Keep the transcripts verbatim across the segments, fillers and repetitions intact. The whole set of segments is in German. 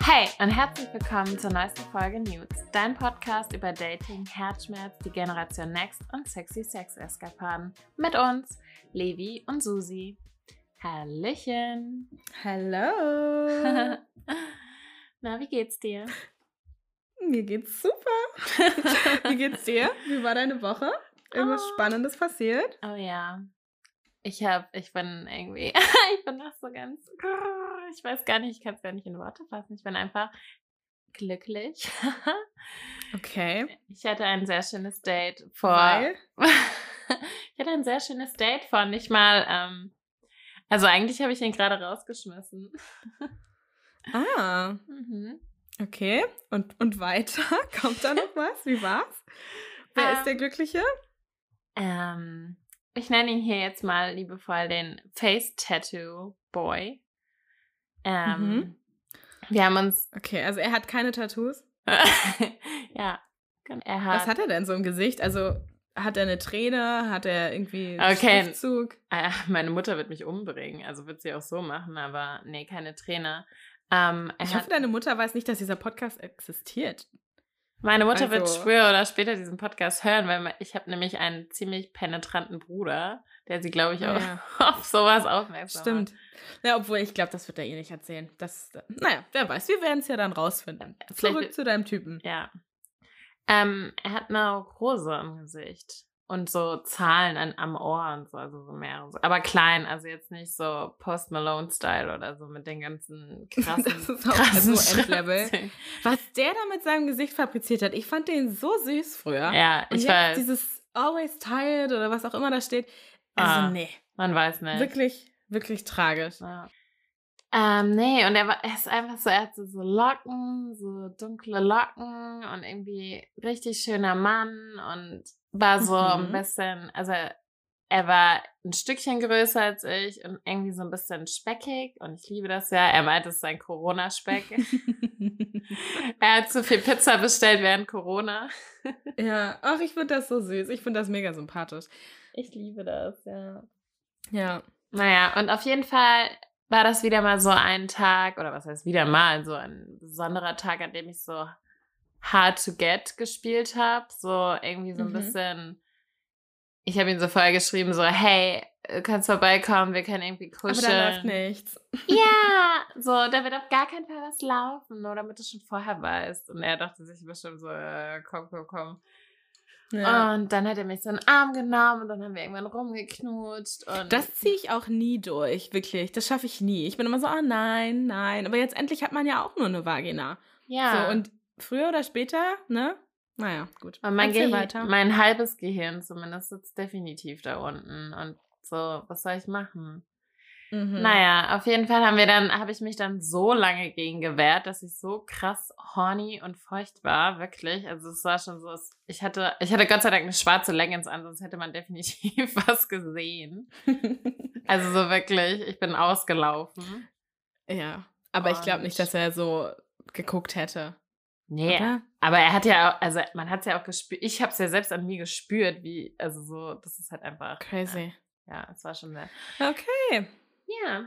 Hey und herzlich willkommen zur neuesten Folge Nudes, dein Podcast über Dating, Herzschmerz, die Generation Next und sexy Sex-Eskapaden. Mit uns, Levi und Susi. Hallöchen. Hallo. Na, wie geht's dir? Mir geht's super. Wie geht's dir? Wie war deine Woche? Irgendwas Oh. Spannendes passiert? Oh ja. Ich hab, ich bin irgendwie, ich bin noch so ganz, ich weiß gar nicht, ich kann es gar nicht in Worte fassen. Ich bin einfach glücklich. Okay. Ich hatte ein sehr schönes Date vor. Weil? Ich hatte ein sehr schönes Date vor nicht mal. Ähm, also eigentlich habe ich ihn gerade rausgeschmissen. Ah. Mhm. Okay. Und, und weiter? Kommt da noch was? Wie war's? Wer Ähm, ist der Glückliche? Ähm, ich nenne ihn hier jetzt mal liebevoll den Face Tattoo Boy. Ähm, Mhm. Wir haben uns. Okay, also er hat keine Tattoos. Ja. Er hat. Was hat er denn so im Gesicht? Also hat er eine Träne? Hat er irgendwie einen Okay. Schriftzug? Äh, meine Mutter wird mich umbringen, also wird sie auch so machen, aber nee, keine Träne. Ähm, er Ich hat, hoffe, deine Mutter weiß nicht, dass dieser Podcast existiert. Meine Mutter wird Also- früher oder später diesen Podcast hören, weil ich habe nämlich einen ziemlich penetranten Bruder, der sie, glaube ich, auch Ja. auf sowas aufmerksam Stimmt. Ja, obwohl ich glaube, das wird er eh nicht erzählen. Das, naja, wer weiß, wir werden es ja dann rausfinden. Vielleicht- Zurück zu deinem Typen. macht. Ja. Ähm, er hat eine Rose im Gesicht und so Zahlen an, am Ohr und so, also so mehrere. Aber klein, also jetzt nicht so Post Malone-Style oder so mit den ganzen krassen, Das ist auch krassen so Endlevel. Schriftzügen. Was der da mit seinem Gesicht fabriziert hat, ich fand den so süß früher. Ja, Und ich jetzt weiß. dieses Always Tired oder was auch immer da steht. Also Ah. nee, Man weiß nicht. wirklich, wirklich tragisch. Ja. Ähm, nee, und er, war, er ist einfach so, er hat so, so Locken, so dunkle Locken und irgendwie richtig schöner Mann und war so Mhm. ein bisschen, also er war ein Stückchen größer als ich und irgendwie so ein bisschen speckig und ich liebe das ja. Er meint, es ist ein Corona-Speck. Er hat zu viel Pizza bestellt während Corona. Ja, ach, ich finde das so süß. Ich finde das mega sympathisch. Ich liebe das, ja. Ja. Naja, und auf jeden Fall war das wieder mal so ein Tag, oder was heißt wieder mal, so ein besonderer Tag, an dem ich so Hard to Get gespielt habe. So irgendwie so ein Mhm. bisschen, ich habe ihm so vorher geschrieben, so, hey, du kannst vorbeikommen, wir können irgendwie Aber kuscheln. da läuft nichts. Ja, so, da wird auf gar keinen Fall was laufen, nur damit du schon vorher weißt. Und er dachte sich bestimmt so, äh, komm, komm, komm. Ja. Und dann hat er mich so in den Arm genommen und dann haben wir irgendwann rumgeknutscht. Und Das ziehe ich auch nie durch, wirklich. Das schaffe ich nie. Ich bin immer so, oh nein, nein. Aber jetzt endlich hat man ja auch nur eine Vagina. ja. So, und früher oder später, ne? Naja, gut. Und mein, Erzähl Gehirn, weiter. mein halbes Gehirn zumindest sitzt definitiv da unten. Und so, was soll ich machen? Mhm. Naja, auf jeden Fall haben wir dann, habe ich mich dann so lange gegen gewehrt, dass ich so krass horny und feucht war, wirklich. Also es war schon so, ich hatte, ich hatte Gott sei Dank eine schwarze Leggings an, sonst hätte man definitiv was gesehen. Also so wirklich, ich bin ausgelaufen. Ja, aber ich glaube Und- nicht, dass er so geguckt hätte. Nee, Oder? aber er hat ja auch, also man hat es ja auch gespürt, ich habe es ja selbst an mir gespürt, wie, also so, das ist halt einfach. Crazy. Ja, es war schon sehr. Okay. Ja.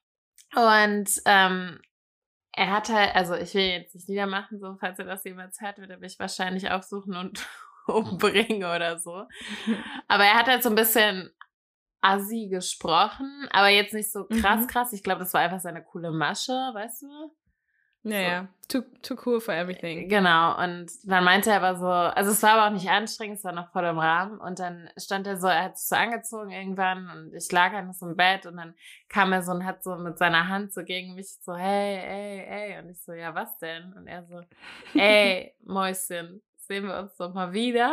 Und ähm, er hat halt, also ich will jetzt nicht niedermachen, so falls er das jemals hört, wird er mich wahrscheinlich aufsuchen und umbringen oder so. Aber er hat halt so ein bisschen assi gesprochen, aber jetzt nicht so krass, Mhm. krass. Ich glaube, das war einfach seine coole Masche, weißt du? Ja, ja. Too, too cool for everything. Genau, und dann meinte er aber so, also es war aber auch nicht anstrengend, es war noch voll im Rahmen und dann stand er so, er hat sich so angezogen irgendwann und ich lag einfach so im Bett und dann kam er so und hat so mit seiner Hand so gegen mich so, hey, ey, ey, und ich so, ja, was denn? Und er so, ey, Mäuschen, sehen wir uns doch mal wieder?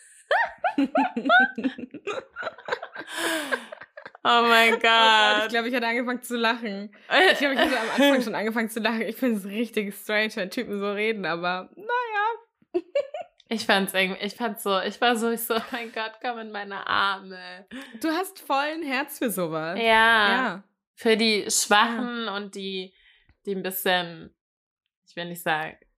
Oh mein Oh Gott, ich Gott. glaube, ich hatte angefangen zu lachen. Ich glaube, ich hatte am Anfang schon angefangen zu lachen. Ich finde es richtig strange, wenn Typen so reden, aber naja. Ich fand's irgendwie, ich fand's so, ich war so, ich so, oh mein Gott, komm in meine Arme. Du hast voll ein Herz für sowas. Ja. Ja. Für die Schwachen und die, die ein bisschen, ich will nicht sagen,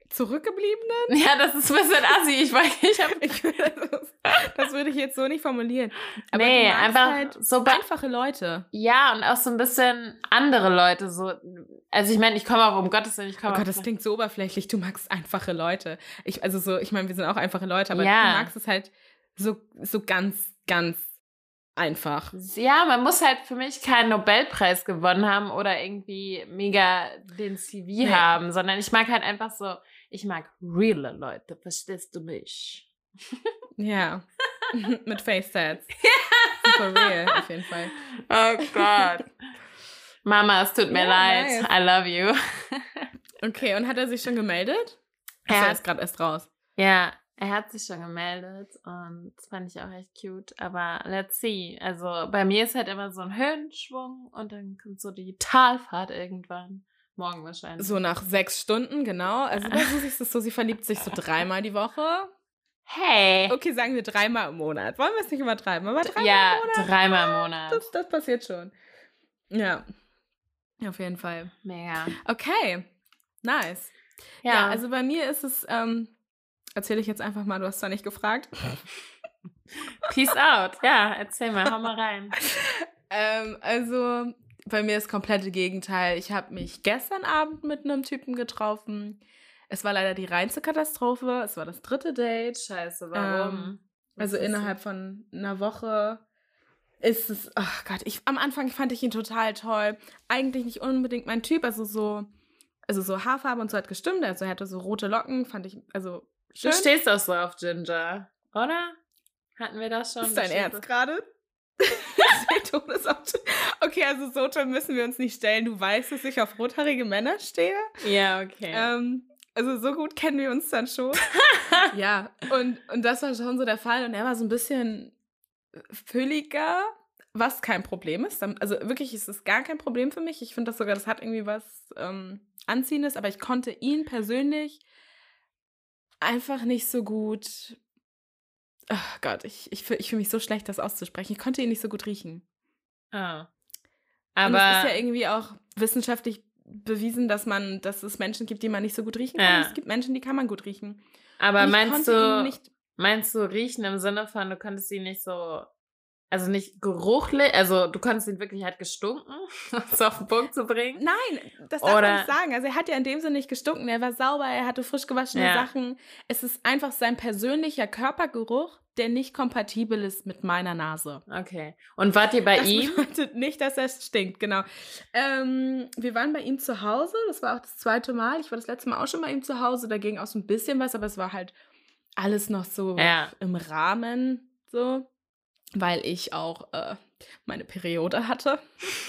Zurückgebliebenen? Ja, das ist ein bisschen assi. Ich weiß, ich hab Ich, das, das würde ich jetzt so nicht formulieren. Aber nee, du magst einfach halt so be- einfache Leute. Ja, und auch so ein bisschen andere Leute. So. Also ich meine, ich komme auch, um Gottes Willen, ich komme Oh auch... Gott, das klingt so oberflächlich. Du magst einfache Leute. Ich, also so, ich meine, wir sind auch einfache Leute, aber Ja. du magst es halt so, so ganz, ganz einfach. Ja, man muss halt für mich keinen Nobelpreis gewonnen haben oder irgendwie mega den C V Nee. haben, sondern ich mag halt einfach so, ich mag reale Leute, verstehst du mich? Ja. Mit Face-Tats. Super real, auf jeden Fall. Oh Gott. Mama, es tut mir Ja, leid. nice. I love you. Okay, und hat er sich schon gemeldet? Er Er hat- ist gerade erst raus. Ja, er hat sich schon gemeldet und das fand ich auch echt cute, aber let's see. Also bei mir ist halt immer so ein Höhenschwung und dann kommt so die Talfahrt irgendwann. Morgen wahrscheinlich. So nach sechs Stunden, genau. Also bei Susi ist es so, sie verliebt sich so dreimal die Woche. Hey! Okay, sagen wir dreimal im Monat. Wollen wir es nicht übertreiben? Aber dreimal Ja, im Monat, dreimal im Monat. das, das passiert schon. Ja, auf jeden Fall. Mega. Okay, nice. Ja, Ja, also bei mir ist es, ähm, erzähle ich jetzt einfach mal, du hast zwar nicht gefragt. Peace out. Ja, erzähl mal, hau mal rein. ähm, also bei mir ist das komplette Gegenteil. Ich habe mich gestern Abend mit einem Typen getroffen. Es war leider die reinste Katastrophe. Es war das dritte Date. Scheiße, warum? Ähm, Also Was ist innerhalb von einer Woche ist es, ach Gott, ich, am Anfang fand ich ihn total toll. Eigentlich nicht unbedingt mein Typ, also so, also so Haarfarbe und so hat gestimmt. Also er hatte so rote Locken, fand ich, also schön. Du stehst doch so auf Ginger, oder? Hatten wir das schon? Ist dein Du Ernst stehst gerade? Okay, also so toll müssen wir uns nicht stellen. Du weißt, dass ich auf rothaarige Männer stehe. auf- Ja, okay. Ähm, also so gut kennen wir uns dann schon. Ja, und, und das war schon so der Fall. Und er war so ein bisschen fülliger, was kein Problem ist. Dann- Also wirklich ist es gar kein Problem für mich. Ich finde das sogar, das hat irgendwie was ähm, Anziehendes. Aber ich konnte ihn persönlich einfach nicht so gut... Ach Gott, ich, ich, fühl- ich fühle mich so schlecht, das auszusprechen. Ich konnte ihn nicht so gut riechen. Ah. Und es ist Aber ja irgendwie auch wissenschaftlich bewiesen, dass man, dass es Menschen gibt, die man nicht so gut riechen kann. Ja. Und es gibt Menschen, die kann man gut riechen. aber Und ich meinst konnte ihn du, nicht. meinst du riechen im Sinne von, du konntest ihn nicht so, also nicht geruchlich, also du konntest ihn wirklich halt gestunken, um es auf den Punkt zu bringen? Nein, das darf Oder- man nicht sagen. Also er hat ja in dem Sinne nicht gestunken. Er war sauber, er hatte frisch gewaschene Ja. Sachen. Es ist einfach sein persönlicher Körpergeruch, der nicht kompatibel ist mit meiner Nase. Okay. Und wart ihr bei Das ihm? bedeutet nicht, dass er stinkt, genau. Ähm, wir waren bei ihm zu Hause. Das war auch das zweite Mal. Ich war das letzte Mal auch schon bei ihm zu Hause. Da ging auch so ein bisschen was, aber es war halt alles noch so Ja. im Rahmen, so, weil ich auch äh, meine Periode hatte.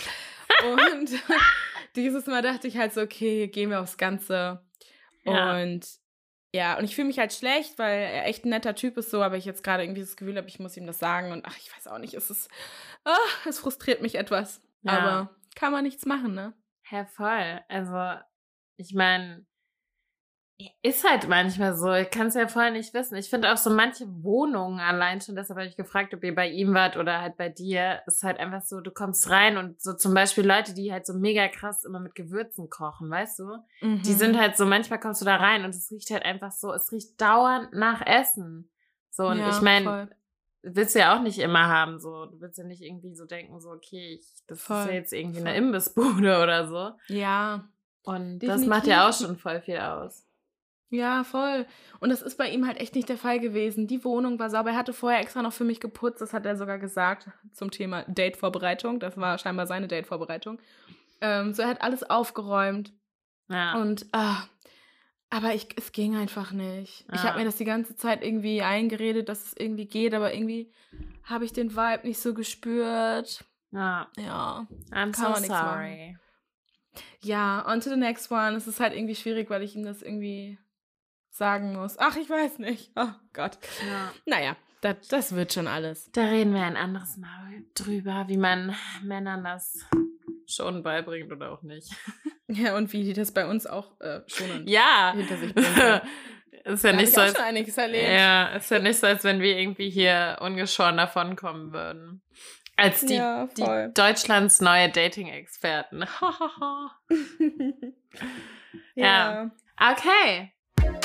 Und dieses Mal dachte ich halt so, okay, gehen wir aufs Ganze. Ja. Und ja, und ich fühle mich halt schlecht, weil er echt ein netter Typ ist, so, aber ich jetzt gerade irgendwie das Gefühl habe, ich muss ihm das sagen. Und ach, ich weiß auch nicht, es ist, ah, es frustriert mich etwas. Ja. Aber kann man nichts machen, ne? Ja, voll. Also, ich meine, ist halt manchmal so. Ich kann es ja vorher nicht wissen. Ich finde auch so manche Wohnungen allein schon, deshalb habe ich gefragt, ob ihr bei ihm wart oder halt bei dir, ist halt einfach so, du kommst rein und so zum Beispiel Leute, die halt so mega krass immer mit Gewürzen kochen, weißt du? Die sind halt so, manchmal kommst du da rein und es riecht halt einfach so, es riecht dauernd nach Essen. So, und Ja, ich meine, voll. willst du ja auch nicht immer haben, so. Du willst ja nicht irgendwie so denken, so, okay, ich, das Voll, ist ja jetzt irgendwie voll. eine Imbissbude oder so. Ja, Und das macht ja auch schon voll viel aus. ja, voll. Und das ist bei ihm halt echt nicht der Fall gewesen. Die Wohnung war sauber. Er hatte vorher extra noch für mich geputzt. Das hat er sogar gesagt zum Thema Date-Vorbereitung. Das war scheinbar seine Date-Vorbereitung. Ähm, so, er hat alles aufgeräumt. Ja. Und, ah, aber ich, es ging einfach nicht. Ich Ah. habe mir das die ganze Zeit irgendwie eingeredet, dass es irgendwie geht, aber irgendwie habe ich den Vibe nicht so gespürt. ja. Ja. I'm Kann so man nichts sorry. Ja, on to the next one. Es ist halt irgendwie schwierig, weil ich ihm das irgendwie sagen muss. Ach, ich weiß nicht. Oh Gott. Ja. Naja, das, das wird schon alles. Da reden wir ein anderes Mal drüber, wie man Männern das schon beibringt oder auch nicht. Ja, und wie die das bei uns auch äh, schon Ja. hinter sich bringen. Ist ja Da hab nicht ich so, auch als, schon einiges erlebt. ja, ist ja nicht so, als wenn wir irgendwie hier ungeschoren davonkommen würden. Als die, Ja, voll. die Deutschlands neue Dating-Experten. ja. Okay.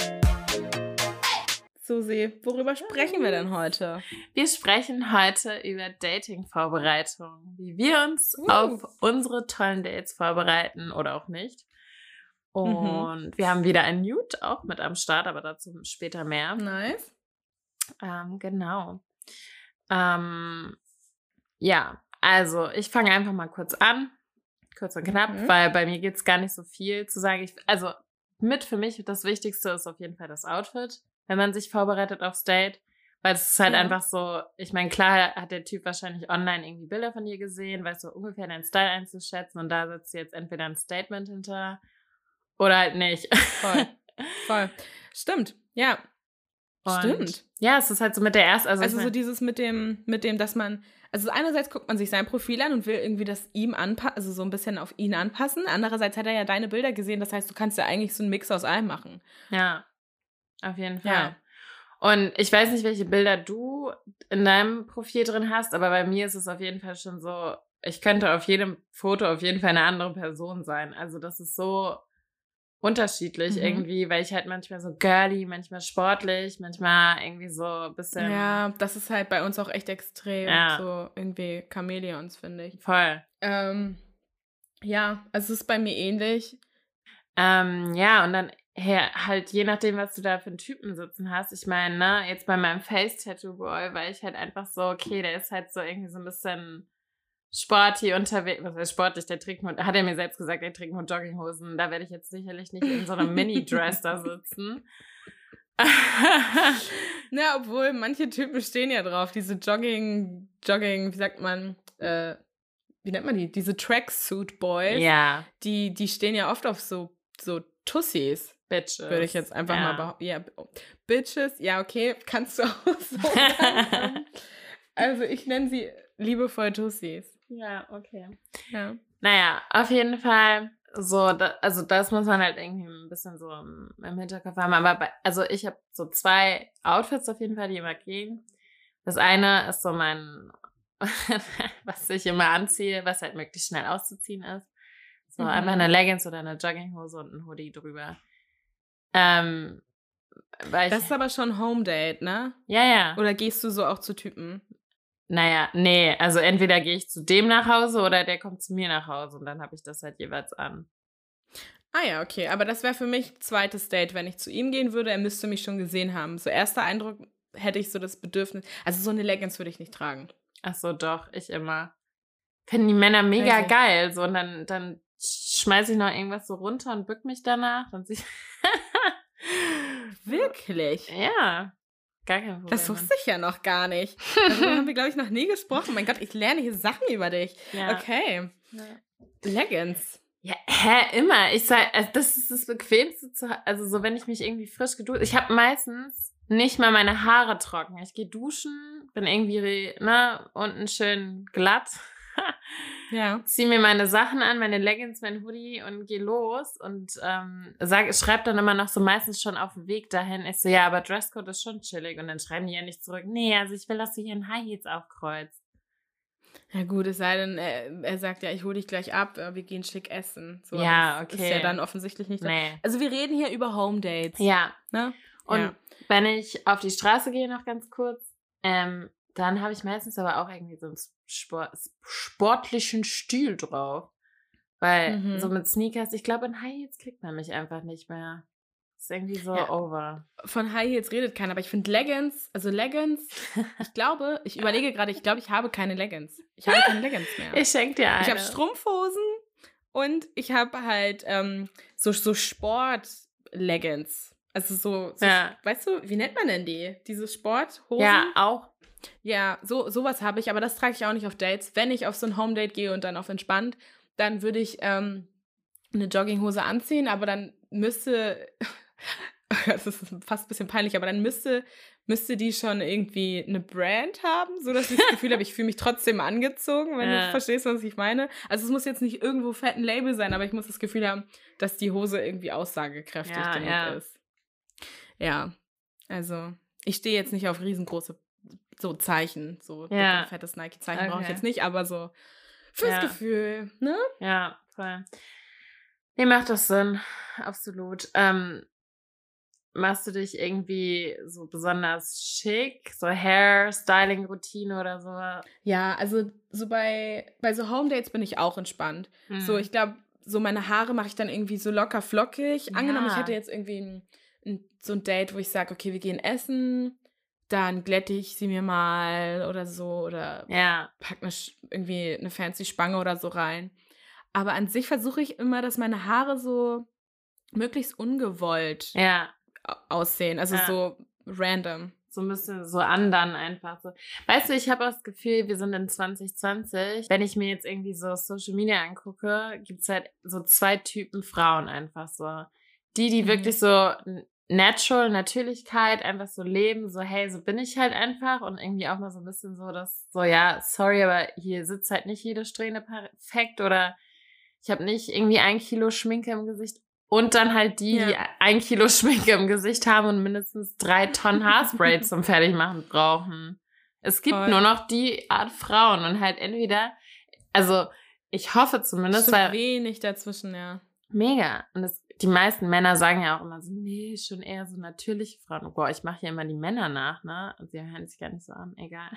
Susi, worüber sprechen wir denn heute? Wir sprechen heute über Dating-Vorbereitung, wie wir uns Uh. auf unsere tollen Dates vorbereiten oder auch nicht. Und mhm. wir haben wieder ein Nude auch mit am Start, aber dazu später mehr. Nice. Ähm, genau. Ähm, ja, also ich fange einfach mal kurz an, kurz und knapp, mhm. weil bei mir geht es gar nicht so viel zu sagen. Ich, also mit für mich das Wichtigste ist auf jeden Fall das Outfit, wenn man sich vorbereitet aufs Date. Weil es ist halt ja. einfach so, ich meine, klar hat der Typ wahrscheinlich online irgendwie Bilder von dir gesehen, weißt du, ungefähr deinen Style einzuschätzen und da setzt du jetzt entweder ein Statement hinter oder halt nicht. Voll. Voll. Stimmt, ja. Und Stimmt. Ja, es ist halt so mit der ersten. Also, also ich mein, so dieses mit dem, mit dem, dass man, also einerseits guckt man sich sein Profil an und will irgendwie das ihm anpassen, also so ein bisschen auf ihn anpassen. Andererseits hat er ja deine Bilder gesehen, das heißt, du kannst ja eigentlich so einen Mix aus allem machen. Ja, auf jeden Fall. Ja. Und ich weiß nicht, welche Bilder du in deinem Profil drin hast, aber bei mir ist es auf jeden Fall schon so, ich könnte auf jedem Foto auf jeden Fall eine andere Person sein. Also das ist so unterschiedlich mhm. irgendwie, weil ich halt manchmal so girly, manchmal sportlich, manchmal irgendwie so ein bisschen... Ja, das ist halt bei uns auch echt extrem, ja. so irgendwie Chamäleons, finde ich. Voll. Ähm, ja, also es ist bei mir ähnlich. Ähm, ja, und dann her, halt je nachdem, was du da für einen Typen sitzen hast. Ich meine, ne, jetzt bei meinem Face-Tattoo-Boy war ich halt einfach so, okay, der ist halt so irgendwie so ein bisschen... sporty unterwegs, was heißt sportlich, der trägt nur, hat er mir selbst gesagt, der trägt nur Jogginghosen, da werde ich jetzt sicherlich nicht in so einem Mini-Dress da sitzen. Na, obwohl, manche Typen stehen ja drauf, diese Jogging, Jogging, wie sagt man, äh, wie nennt man die, diese Tracksuit-Boys, ja. die, die stehen ja oft auf so, so Tussis. Bitches. Würde ich jetzt einfach ja. mal behaupten. Ja, Bitches, ja, okay, kannst du auch so sagen. Also ich nenne sie liebevoll Tussis. Ja, okay. Ja. Naja, auf jeden Fall so, da, also das muss man halt irgendwie ein bisschen so im, im Hinterkopf haben. Aber bei, also ich habe so zwei Outfits auf jeden Fall, die immer gehen. Das eine ist so mein, was ich immer anziehe, was halt möglichst schnell auszuziehen ist. So mhm. einfach eine Leggings oder eine Jogginghose und ein Hoodie drüber. Ähm, weil das ich, ist aber schon Home Date, ne? Ja, ja. Oder gehst du so auch zu Typen? Naja, nee, also entweder gehe ich zu dem nach Hause oder der kommt zu mir nach Hause und dann habe ich das halt jeweils an. Ah ja, okay, aber das wäre für mich zweites Date, wenn ich zu ihm gehen würde, er müsste mich schon gesehen haben. So erster Eindruck hätte ich so das Bedürfnis, also so eine Leggings würde ich nicht tragen. Ach so, doch, ich immer. Finden die Männer mega Crazy. Geil, so und dann, dann schmeiße ich noch irgendwas so runter und bück mich danach und sie Wirklich? Ja. Gar kein Problem. Das wusste ich ja noch gar nicht. Darüber haben wir, glaube ich, noch nie gesprochen. Mein Gott, ich lerne hier Sachen über dich. Ja. Okay. Ja. Leggings. Ja, hä, immer. Ich sag, also das ist das Bequemste zu, also so, wenn ich mich irgendwie frisch geduscht, ich habe meistens nicht mal meine Haare trocken. Ich gehe duschen, bin irgendwie, ne, unten schön glatt. Ja. Zieh mir meine Sachen an, meine Leggings, mein Hoodie und geh los und ähm, sag, schreib dann immer noch so meistens schon auf dem Weg dahin. Ich so, ja, aber Dresscode ist schon chillig und dann schreiben die ja nicht zurück. Nee, also ich will, dass du hier in High Heels aufkreuzt. Ja gut, es sei denn, er, er sagt ja, ich hole dich gleich ab, wir gehen schick essen. So, ja, das okay. Ist ja dann offensichtlich nicht. Nee. Also wir reden hier über Home Dates. Ja. Ne? Und ja. wenn ich auf die Straße gehe, noch ganz kurz, ähm, dann habe ich meistens aber auch irgendwie so einen Sport, sportlichen Stil drauf. Weil mhm. so mit Sneakers, ich glaube, in High Heels kriegt man mich einfach nicht mehr. Ist irgendwie so ja. over. Von High Heels redet keiner, aber ich finde Leggings, also Leggings, ich glaube, ich überlege gerade, ich glaube, ich habe keine Leggings. Ich habe keine Leggings mehr. Ich schenke dir eine. Ich habe Strumpfhosen und ich habe halt ähm, so, so Sport-Leggings. Also so, so ja. weißt du, wie nennt man denn die? Diese Sporthosen? Ja, auch. Ja, so sowas habe ich, aber das trage ich auch nicht auf Dates. Wenn ich auf so ein Home-Date gehe und dann auf entspannt, dann würde ich ähm, eine Jogginghose anziehen, aber dann müsste, das ist fast ein bisschen peinlich, aber dann müsste, müsste die schon irgendwie eine Brand haben, sodass ich das Gefühl habe, ich fühle mich trotzdem angezogen, wenn ja. du verstehst, was ich meine. Also es muss jetzt nicht irgendwo fett ein Label sein, aber ich muss das Gefühl haben, dass die Hose irgendwie aussagekräftig ja, genug ja. ist. Ja, also ich stehe jetzt nicht auf riesengroße so Zeichen, so ja. dicke, fettes Nike-Zeichen okay. brauche ich jetzt nicht, aber so fürs ja. Gefühl, ne? Ja, voll. Nee, macht das Sinn. Absolut. Ähm, machst du dich irgendwie so besonders schick? So Hair-Styling-Routine oder so? Ja, also so bei, bei so Home-Dates bin ich auch entspannt. Hm. So, ich glaube, so meine Haare mache ich dann irgendwie so locker flockig. Ja. Angenommen, ich hätte jetzt irgendwie ein, ein, so ein Date, wo ich sage, okay, wir gehen essen, dann glätte ich sie mir mal oder so oder ja. pack eine, irgendwie eine fancy Spange oder so rein. Aber an sich versuche ich immer, dass meine Haare so möglichst ungewollt ja. aussehen. Also ja. so random. So ein bisschen so andern einfach so. Weißt du, ich habe auch das Gefühl, wir sind in zwanzig zwanzig. Wenn ich mir jetzt irgendwie so Social Media angucke, gibt es halt so zwei Typen Frauen einfach so. Die, die mhm. wirklich so natural, Natürlichkeit einfach so leben, so hey, so bin ich halt einfach und irgendwie auch mal so ein bisschen so, dass so, ja, sorry, aber hier sitzt halt nicht jede Strähne perfekt oder ich habe nicht irgendwie ein Kilo Schminke im Gesicht. Und dann halt die, ja. die ein Kilo Schminke im Gesicht haben und mindestens drei Tonnen Haarspray zum Fertigmachen brauchen. Es gibt Voll. Nur noch die Art Frauen und halt entweder, also ich hoffe zumindest, so weil wenig dazwischen, ja. Mega. Und das, die meisten Männer sagen ja auch immer so, nee, schon eher so natürliche Frauen. Boah, ich mache hier immer die Männer nach, ne? Und sie hören sich gar nicht so an, egal.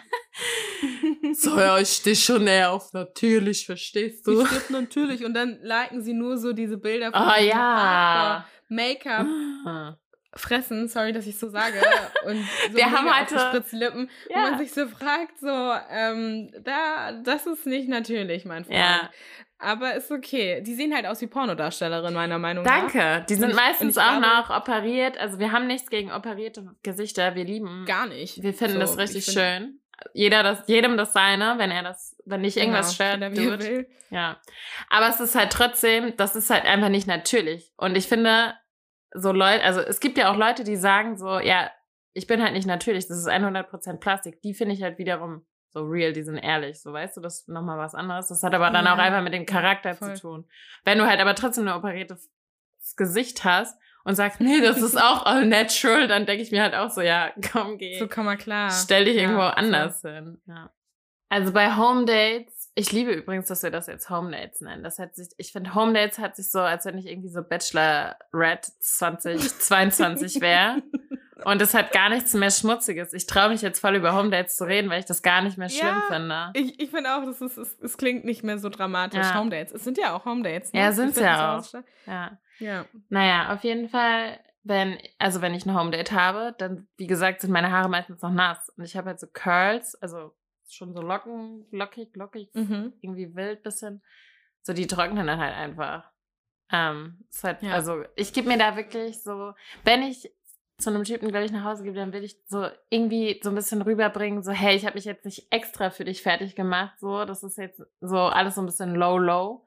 So, ja, ich stehe schon eher auf natürlich, verstehst du? Ich stehe natürlich und dann liken sie nur so diese Bilder von oh, ja. Make-up. Ah. Fressen, sorry, dass ich so sage. Und so wir haben heute gespritzte Lippen, ja. wo man sich so fragt, so, ähm, da, das ist nicht natürlich, mein Freund. Ja. Aber ist okay. Die sehen halt aus wie Pornodarstellerin, meiner Meinung nach. Danke. Die sind ich, meistens auch noch operiert. Also wir haben nichts gegen operierte Gesichter. Wir lieben. Gar nicht. Wir finden so, das richtig schön. Jeder das, jedem das seine, wenn er das, wenn nicht irgendwas genau, stört, tut. Will. Ja. Aber es ist halt trotzdem, das ist halt einfach nicht natürlich. Und ich finde, so Leute, also es gibt ja auch Leute, die sagen so, ja, ich bin halt nicht natürlich, das ist hundert Prozent Plastik. Die finde ich halt wiederum so real, die sind ehrlich, so weißt du, das ist nochmal was anderes. Das hat aber dann ja. auch einfach mit dem Charakter Voll. Zu tun. Wenn du halt aber trotzdem eine operiertes Gesicht hast und sagst, nee, das ist auch all natural, dann denke ich mir halt auch so, ja, komm, geh. So komm mal klar. Stell dich ja, irgendwo anders so. Hin. Ja. Also bei Home Dates, ich liebe übrigens, dass wir das jetzt Home Dates nennen. Das hat sich, ich finde, Home Dates hat sich so, als wenn ich irgendwie so Bachelorette zwanzig zweiundzwanzig wäre. Und es hat gar nichts mehr Schmutziges. Ich traue mich jetzt voll über Home Dates zu reden, weil ich das gar nicht mehr schlimm ja, finde. Ich, ich finde auch, das ist, es, es klingt nicht mehr so dramatisch. Ja. Home Dates. Es sind ja auch Home Dates. Ne? Ja, sind es ja auch. Ja. ja. Naja, auf jeden Fall, wenn, also wenn ich ein Home Date habe, dann, wie gesagt, sind meine Haare meistens noch nass. Und ich habe halt so Curls, also schon so Locken, lockig, lockig, mhm. irgendwie wild bisschen. So, die trocknen dann halt einfach. Ähm, ist halt, ja. Also ich gebe mir da wirklich so, wenn ich zu einem Typen, glaube ich, nach Hause gehe, dann will ich so irgendwie so ein bisschen rüberbringen, so, hey, ich habe mich jetzt nicht extra für dich fertig gemacht, so, das ist jetzt so alles so ein bisschen low-low.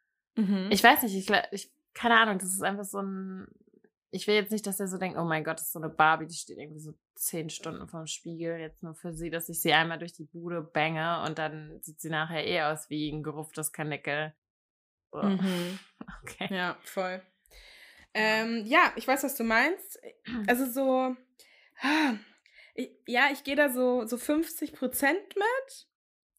Mhm. Ich weiß nicht, ich, ich, keine Ahnung, das ist einfach so ein, ich will jetzt nicht, dass er so denkt, oh mein Gott, das ist so eine Barbie, die steht irgendwie so zehn Stunden vorm Spiegel, jetzt nur für sie, dass ich sie einmal durch die Bude bange und dann sieht sie nachher eh aus wie ein gerupftes Kanickel. So. Mhm. Okay. Ja, voll. Ähm, ja, ich weiß, was du meinst. Also so, ich, ja, ich gehe da so, so fünfzig Prozent mit,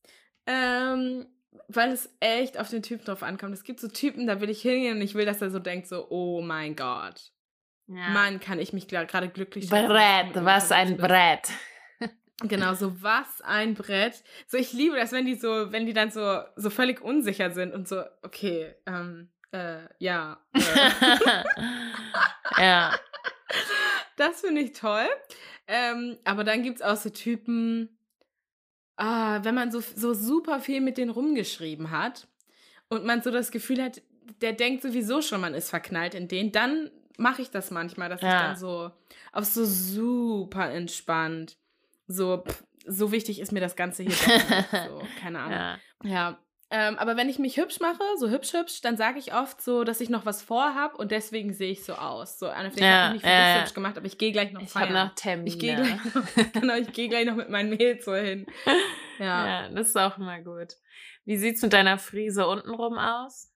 ähm, weil es echt auf den Typen drauf ankommt. Es gibt so Typen, da will ich hingehen und ich will, dass er so denkt, so, oh mein Gott. Ja. Mann, kann ich mich gerade glücklich schätzen. Brett, was ein Brett. Genau, so was ein Brett. So, ich liebe das, wenn die so, wenn die dann so, so völlig unsicher sind und so, okay, ähm, äh, ja. Äh. Ja. Das finde ich toll. Ähm, aber dann gibt es auch so Typen, ah, wenn man so, so super viel mit denen rumgeschrieben hat und man so das Gefühl hat, der denkt sowieso schon, man ist verknallt in den, dann mache ich das manchmal, dass ja. ich dann so auf so super entspannt, so, pff, so wichtig ist mir das Ganze hier doch nicht, so, keine Ahnung. Ja. Ja. Ähm, aber wenn ich mich hübsch mache, so hübsch hübsch, dann sage ich oft so, dass ich noch was vorhab und deswegen sehe ich so aus. So, Anne, ich ja, habe mich nicht für äh, dich hübsch gemacht, aber ich gehe gleich noch ich feiern. Ich habe noch Termine. Ich gehe gleich noch, genau, ich gehe gleich noch mit meinen Mädels so hin. Ja. Ja, das ist auch immer gut. Wie sieht's mit deiner Frise untenrum aus?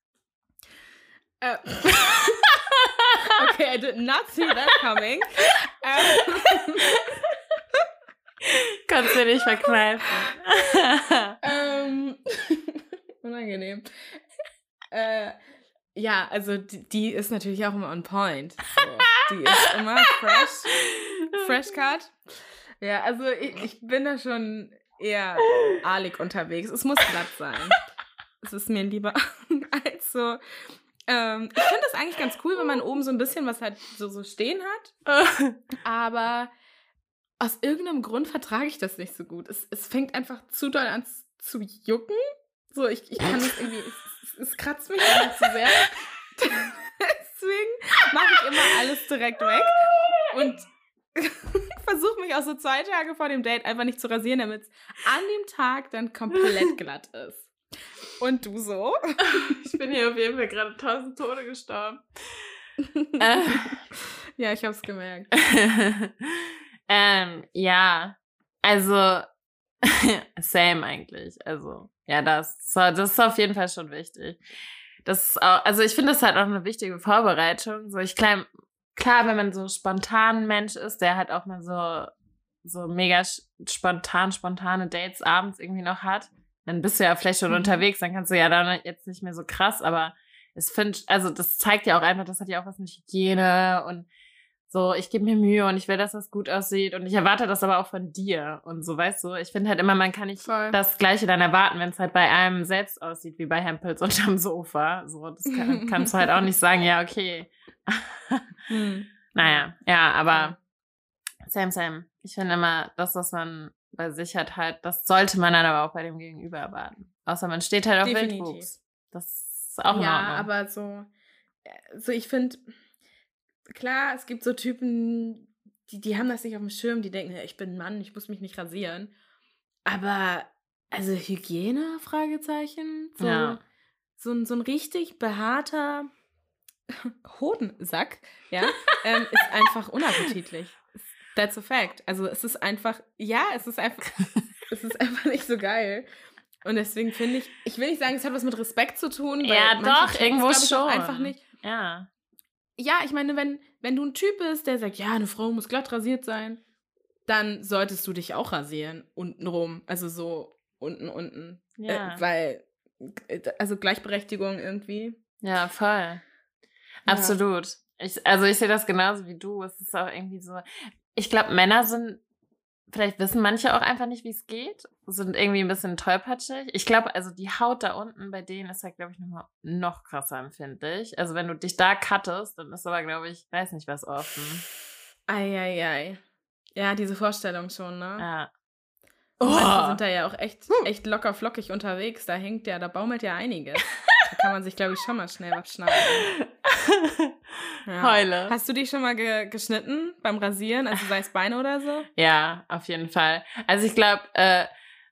Äh. Okay, I did not see that coming. Kannst du nicht verkneifen. ähm, unangenehm. Äh, ja, also die, die ist natürlich auch immer on point. So. Die ist immer fresh. Fresh cut. Ja, also ich, ich bin da schon eher ahlig unterwegs. Es muss glatt sein. Es ist mir lieber als so. Ähm, ich finde das eigentlich ganz cool, wenn man oben so ein bisschen was halt so, so stehen hat. Aber aus irgendeinem Grund vertrage ich das nicht so gut. Es, es fängt einfach zu doll an zu jucken. So, ich, ich kann das irgendwie, es, es kratzt mich immer zu sehr. Deswegen mache ich immer alles direkt weg und versuche mich auch so zwei Tage vor dem Date einfach nicht zu rasieren, damit es an dem Tag dann komplett glatt ist. Und du so? Ich bin hier auf jeden Fall gerade tausend Tode gestorben. Ja, ich hab's gemerkt. ähm, ja, also same eigentlich. Also, ja, das, das ist auf jeden Fall schon wichtig. Das ist auch, also ich finde das halt auch eine wichtige Vorbereitung. So, ich klar, klar, wenn man so spontan ein Mensch ist, der halt auch mal so, so mega spontan, spontane Dates abends irgendwie noch hat, dann bist du ja vielleicht schon mhm. unterwegs, dann kannst du ja dann jetzt nicht mehr so krass, aber es finde, also das zeigt ja auch einfach, das hat ja auch was mit Hygiene und so, ich gebe mir Mühe und ich will, dass das gut aussieht und ich erwarte das aber auch von dir und so, weißt du, ich finde halt immer, man kann nicht Voll. das Gleiche dann erwarten, wenn es halt bei einem selbst aussieht, wie bei Hempels unterm Sofa, so, das kann, kannst du halt auch nicht sagen, ja, okay. hm. Naja, ja, aber same, same. Ich finde immer, das, was man bei sich hat, halt, das sollte man dann aber auch bei dem Gegenüber erwarten. Außer man steht halt auf Definitiv. Wildwuchs. Das ist auch in Ja, Ordnung. aber so, so ich finde, klar, es gibt so Typen, die, die haben das nicht auf dem Schirm, die denken, ich bin ein Mann, ich muss mich nicht rasieren. Aber, also Hygiene, Fragezeichen, so, ja. so, ein, so ein richtig behaarter Hodensack, ja, ähm, ist einfach unappetitlich. That's a fact. Also es ist einfach, ja, es ist einfach, es ist einfach nicht so geil. Und deswegen finde ich, ich will nicht sagen, es hat was mit Respekt zu tun. Weil ja, doch, irgendwo ich, schon. Einfach nicht. Ja. Ja, ich meine, wenn, wenn du ein Typ bist, der sagt, ja, eine Frau muss glatt rasiert sein, dann solltest du dich auch rasieren, untenrum. Also so unten, unten. Ja. Äh, weil, also Gleichberechtigung irgendwie. Ja, voll. Absolut. Ja. Ich, also ich sehe das genauso wie du. Es ist auch irgendwie so, ich glaube, Männer sind, vielleicht wissen manche auch einfach nicht, wie es geht, sind irgendwie ein bisschen tollpatschig. Ich glaube, also die Haut da unten bei denen ist halt, glaube ich, noch mal noch krasser empfindlich. Also wenn du dich da cuttest, dann ist aber, glaube ich, weiß nicht was offen. Eieiei. Ja, diese Vorstellung schon, ne? Ja. Oh. Manche sind da ja auch echt, echt locker flockig unterwegs. Da hängt ja, da baumelt ja einiges. Da kann man sich, glaube ich, schon mal schnell was schneiden. Ja. Heule. Hast du dich schon mal ge- geschnitten beim Rasieren? Also sei es Beine oder so? Ja, auf jeden Fall. Also ich glaube, äh,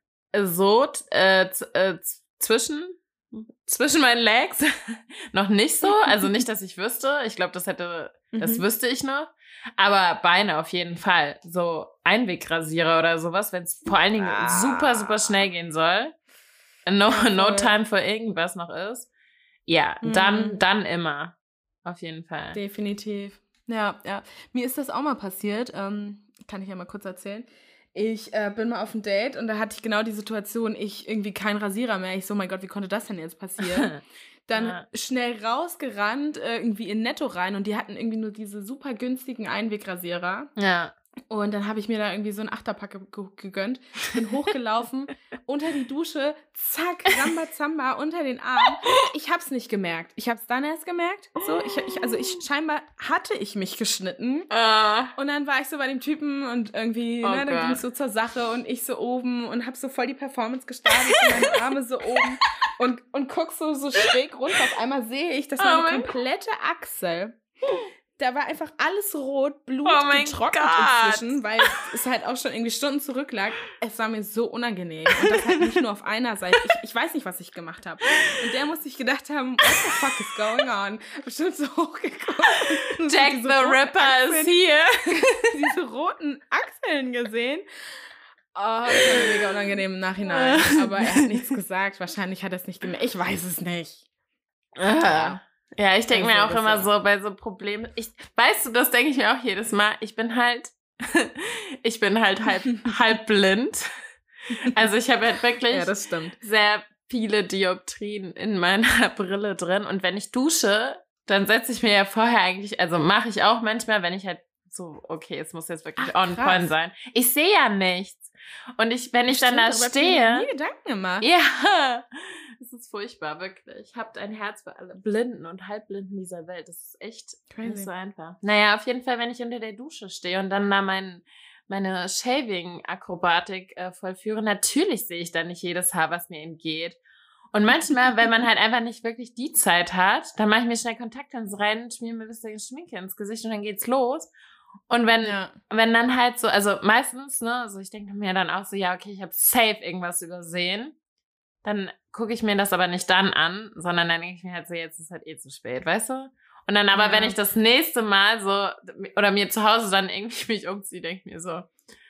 so äh, z- äh, z- zwischen zwischen meinen Legs noch nicht so. Also nicht, dass ich wüsste. Ich glaube, das hätte, das mhm. wüsste ich noch. Aber Beine auf jeden Fall. So Einwegrasierer oder sowas, wenn es vor allen Dingen ah. super, super schnell gehen soll. No, no time for irgendwas noch ist. Ja, mhm. dann, dann immer. Auf jeden Fall. Definitiv. Ja, ja. Mir ist das auch mal passiert. Ähm, kann ich ja mal kurz erzählen. Ich äh, bin mal auf ein Date und da hatte ich genau die Situation, ich irgendwie kein Rasierer mehr. Ich so, mein Gott, wie konnte das denn jetzt passieren? Dann ja. schnell rausgerannt, äh, irgendwie in Netto rein und die hatten irgendwie nur diese super günstigen Einwegrasierer. Ja. Und dann habe ich mir da irgendwie so einen Achterpack ge- gegönnt, bin hochgelaufen, unter die Dusche, zack, Rambazamba, unter den Arm. Ich hab's nicht gemerkt. Ich hab's dann erst gemerkt. So, ich, ich, also ich, scheinbar hatte ich mich geschnitten. Uh. Und dann war ich so bei dem Typen und irgendwie, oh ne, dann ging es so zur Sache und ich so oben und hab so voll die Performance gestartet, meine Arme so oben und, und guck so, so schräg runter. Auf einmal sehe ich, dass meine oh komplette Achsel, da war einfach alles rot, Blut oh getrocknet inzwischen, weil es halt auch schon irgendwie Stunden zurücklag. Es war mir so unangenehm. Und das halt nicht nur auf einer Seite. Ich, ich weiß nicht, was ich gemacht habe. Und der musste sich gedacht haben, what the fuck is going on? Bestimmt so hochgekommen. Jack the Ripper ist hier. Diese roten Achseln gesehen. Oh, das war mir mega unangenehm im Nachhinein. Aber er hat nichts gesagt. Wahrscheinlich hat er es nicht gemerkt. Ich weiß es nicht. Ja. Ja, ich denke mir auch immer so bei so Problemen, ich, weißt du, das denke ich mir auch jedes Mal, ich bin halt, ich bin halt halb, halb blind. Also ich habe halt wirklich ja, das stimmt. sehr viele Dioptrien in meiner Brille drin und wenn ich dusche, dann setze ich mir ja vorher eigentlich, also mache ich auch manchmal, wenn ich halt so, okay, es muss jetzt wirklich Ach, on krass. point sein. Ich sehe ja nichts. Und ich, wenn ich Stimmt, dann da darüber hab ich mir stehe. nie Gedanken gemacht. Ja, es ist furchtbar, wirklich. Habt ein Herz für alle Blinden und Halbblinden dieser Welt. Das ist echt Crazy. nicht so einfach. Naja, auf jeden Fall, wenn ich unter der Dusche stehe und dann da mein, meine Shaving-Akrobatik äh, vollführe, natürlich sehe ich dann nicht jedes Haar, was mir entgeht. Und manchmal, wenn man halt einfach nicht wirklich die Zeit hat, dann mache ich mir schnell Kontaktlinsen rein, schmier mir ein bisschen Schminke ins Gesicht und dann geht's los. Und wenn, Ja. wenn dann halt so, also meistens, ne, also ich denke mir dann auch so, ja, okay, ich habe safe irgendwas übersehen, dann gucke ich mir das aber nicht dann an, sondern dann denke ich mir halt so, jetzt ist halt eh zu spät, weißt du? Und dann aber, Ja. wenn ich das nächste Mal so, oder mir zu Hause dann irgendwie mich umziehe, denke ich mir so, ja,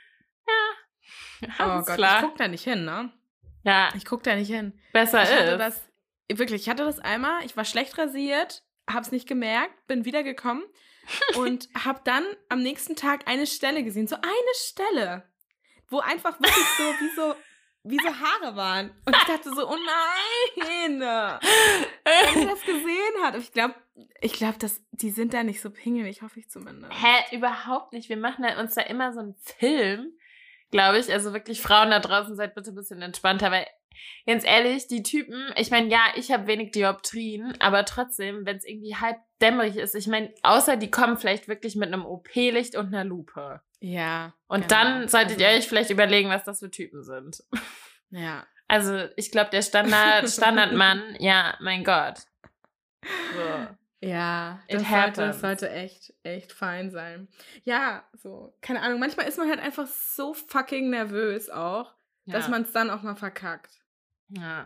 Oh alles Gott, klar. ich guck da nicht hin, ne? Ja, Ich guck da nicht hin. besser Ich hatte ist. das, wirklich, ich hatte das einmal, ich war schlecht rasiert, hab's nicht gemerkt, bin wiedergekommen und hab dann am nächsten Tag eine Stelle gesehen, so eine Stelle, wo einfach wirklich so wie so, wie so Haare waren. Und ich dachte so, oh nein, wenn sie das gesehen hat. Und ich glaube, ich glaube, die sind da nicht so pingelig, hoffe ich zumindest. Hä, überhaupt nicht. Wir machen da, uns da immer so einen Film, glaube ich. Also wirklich, Frauen da draußen, seid bitte ein bisschen entspannter, weil ganz ehrlich, die Typen, ich meine, ja, ich habe wenig Dioptrien, aber trotzdem, wenn es irgendwie halb dämmerig ist, ich meine, außer die kommen vielleicht wirklich mit einem O P-Licht und einer Lupe. Ja. Und genau. dann solltet Also, ihr euch vielleicht überlegen, was das für Typen sind. Ja. Also, ich glaube, der Standard, Standardmann, ja, mein Gott. So. Ja, It das sollte, happens. das sollte echt, echt fein sein. Ja, so, keine Ahnung, manchmal ist man halt einfach so fucking nervös auch, dass Ja. man es dann auch mal verkackt. Ja.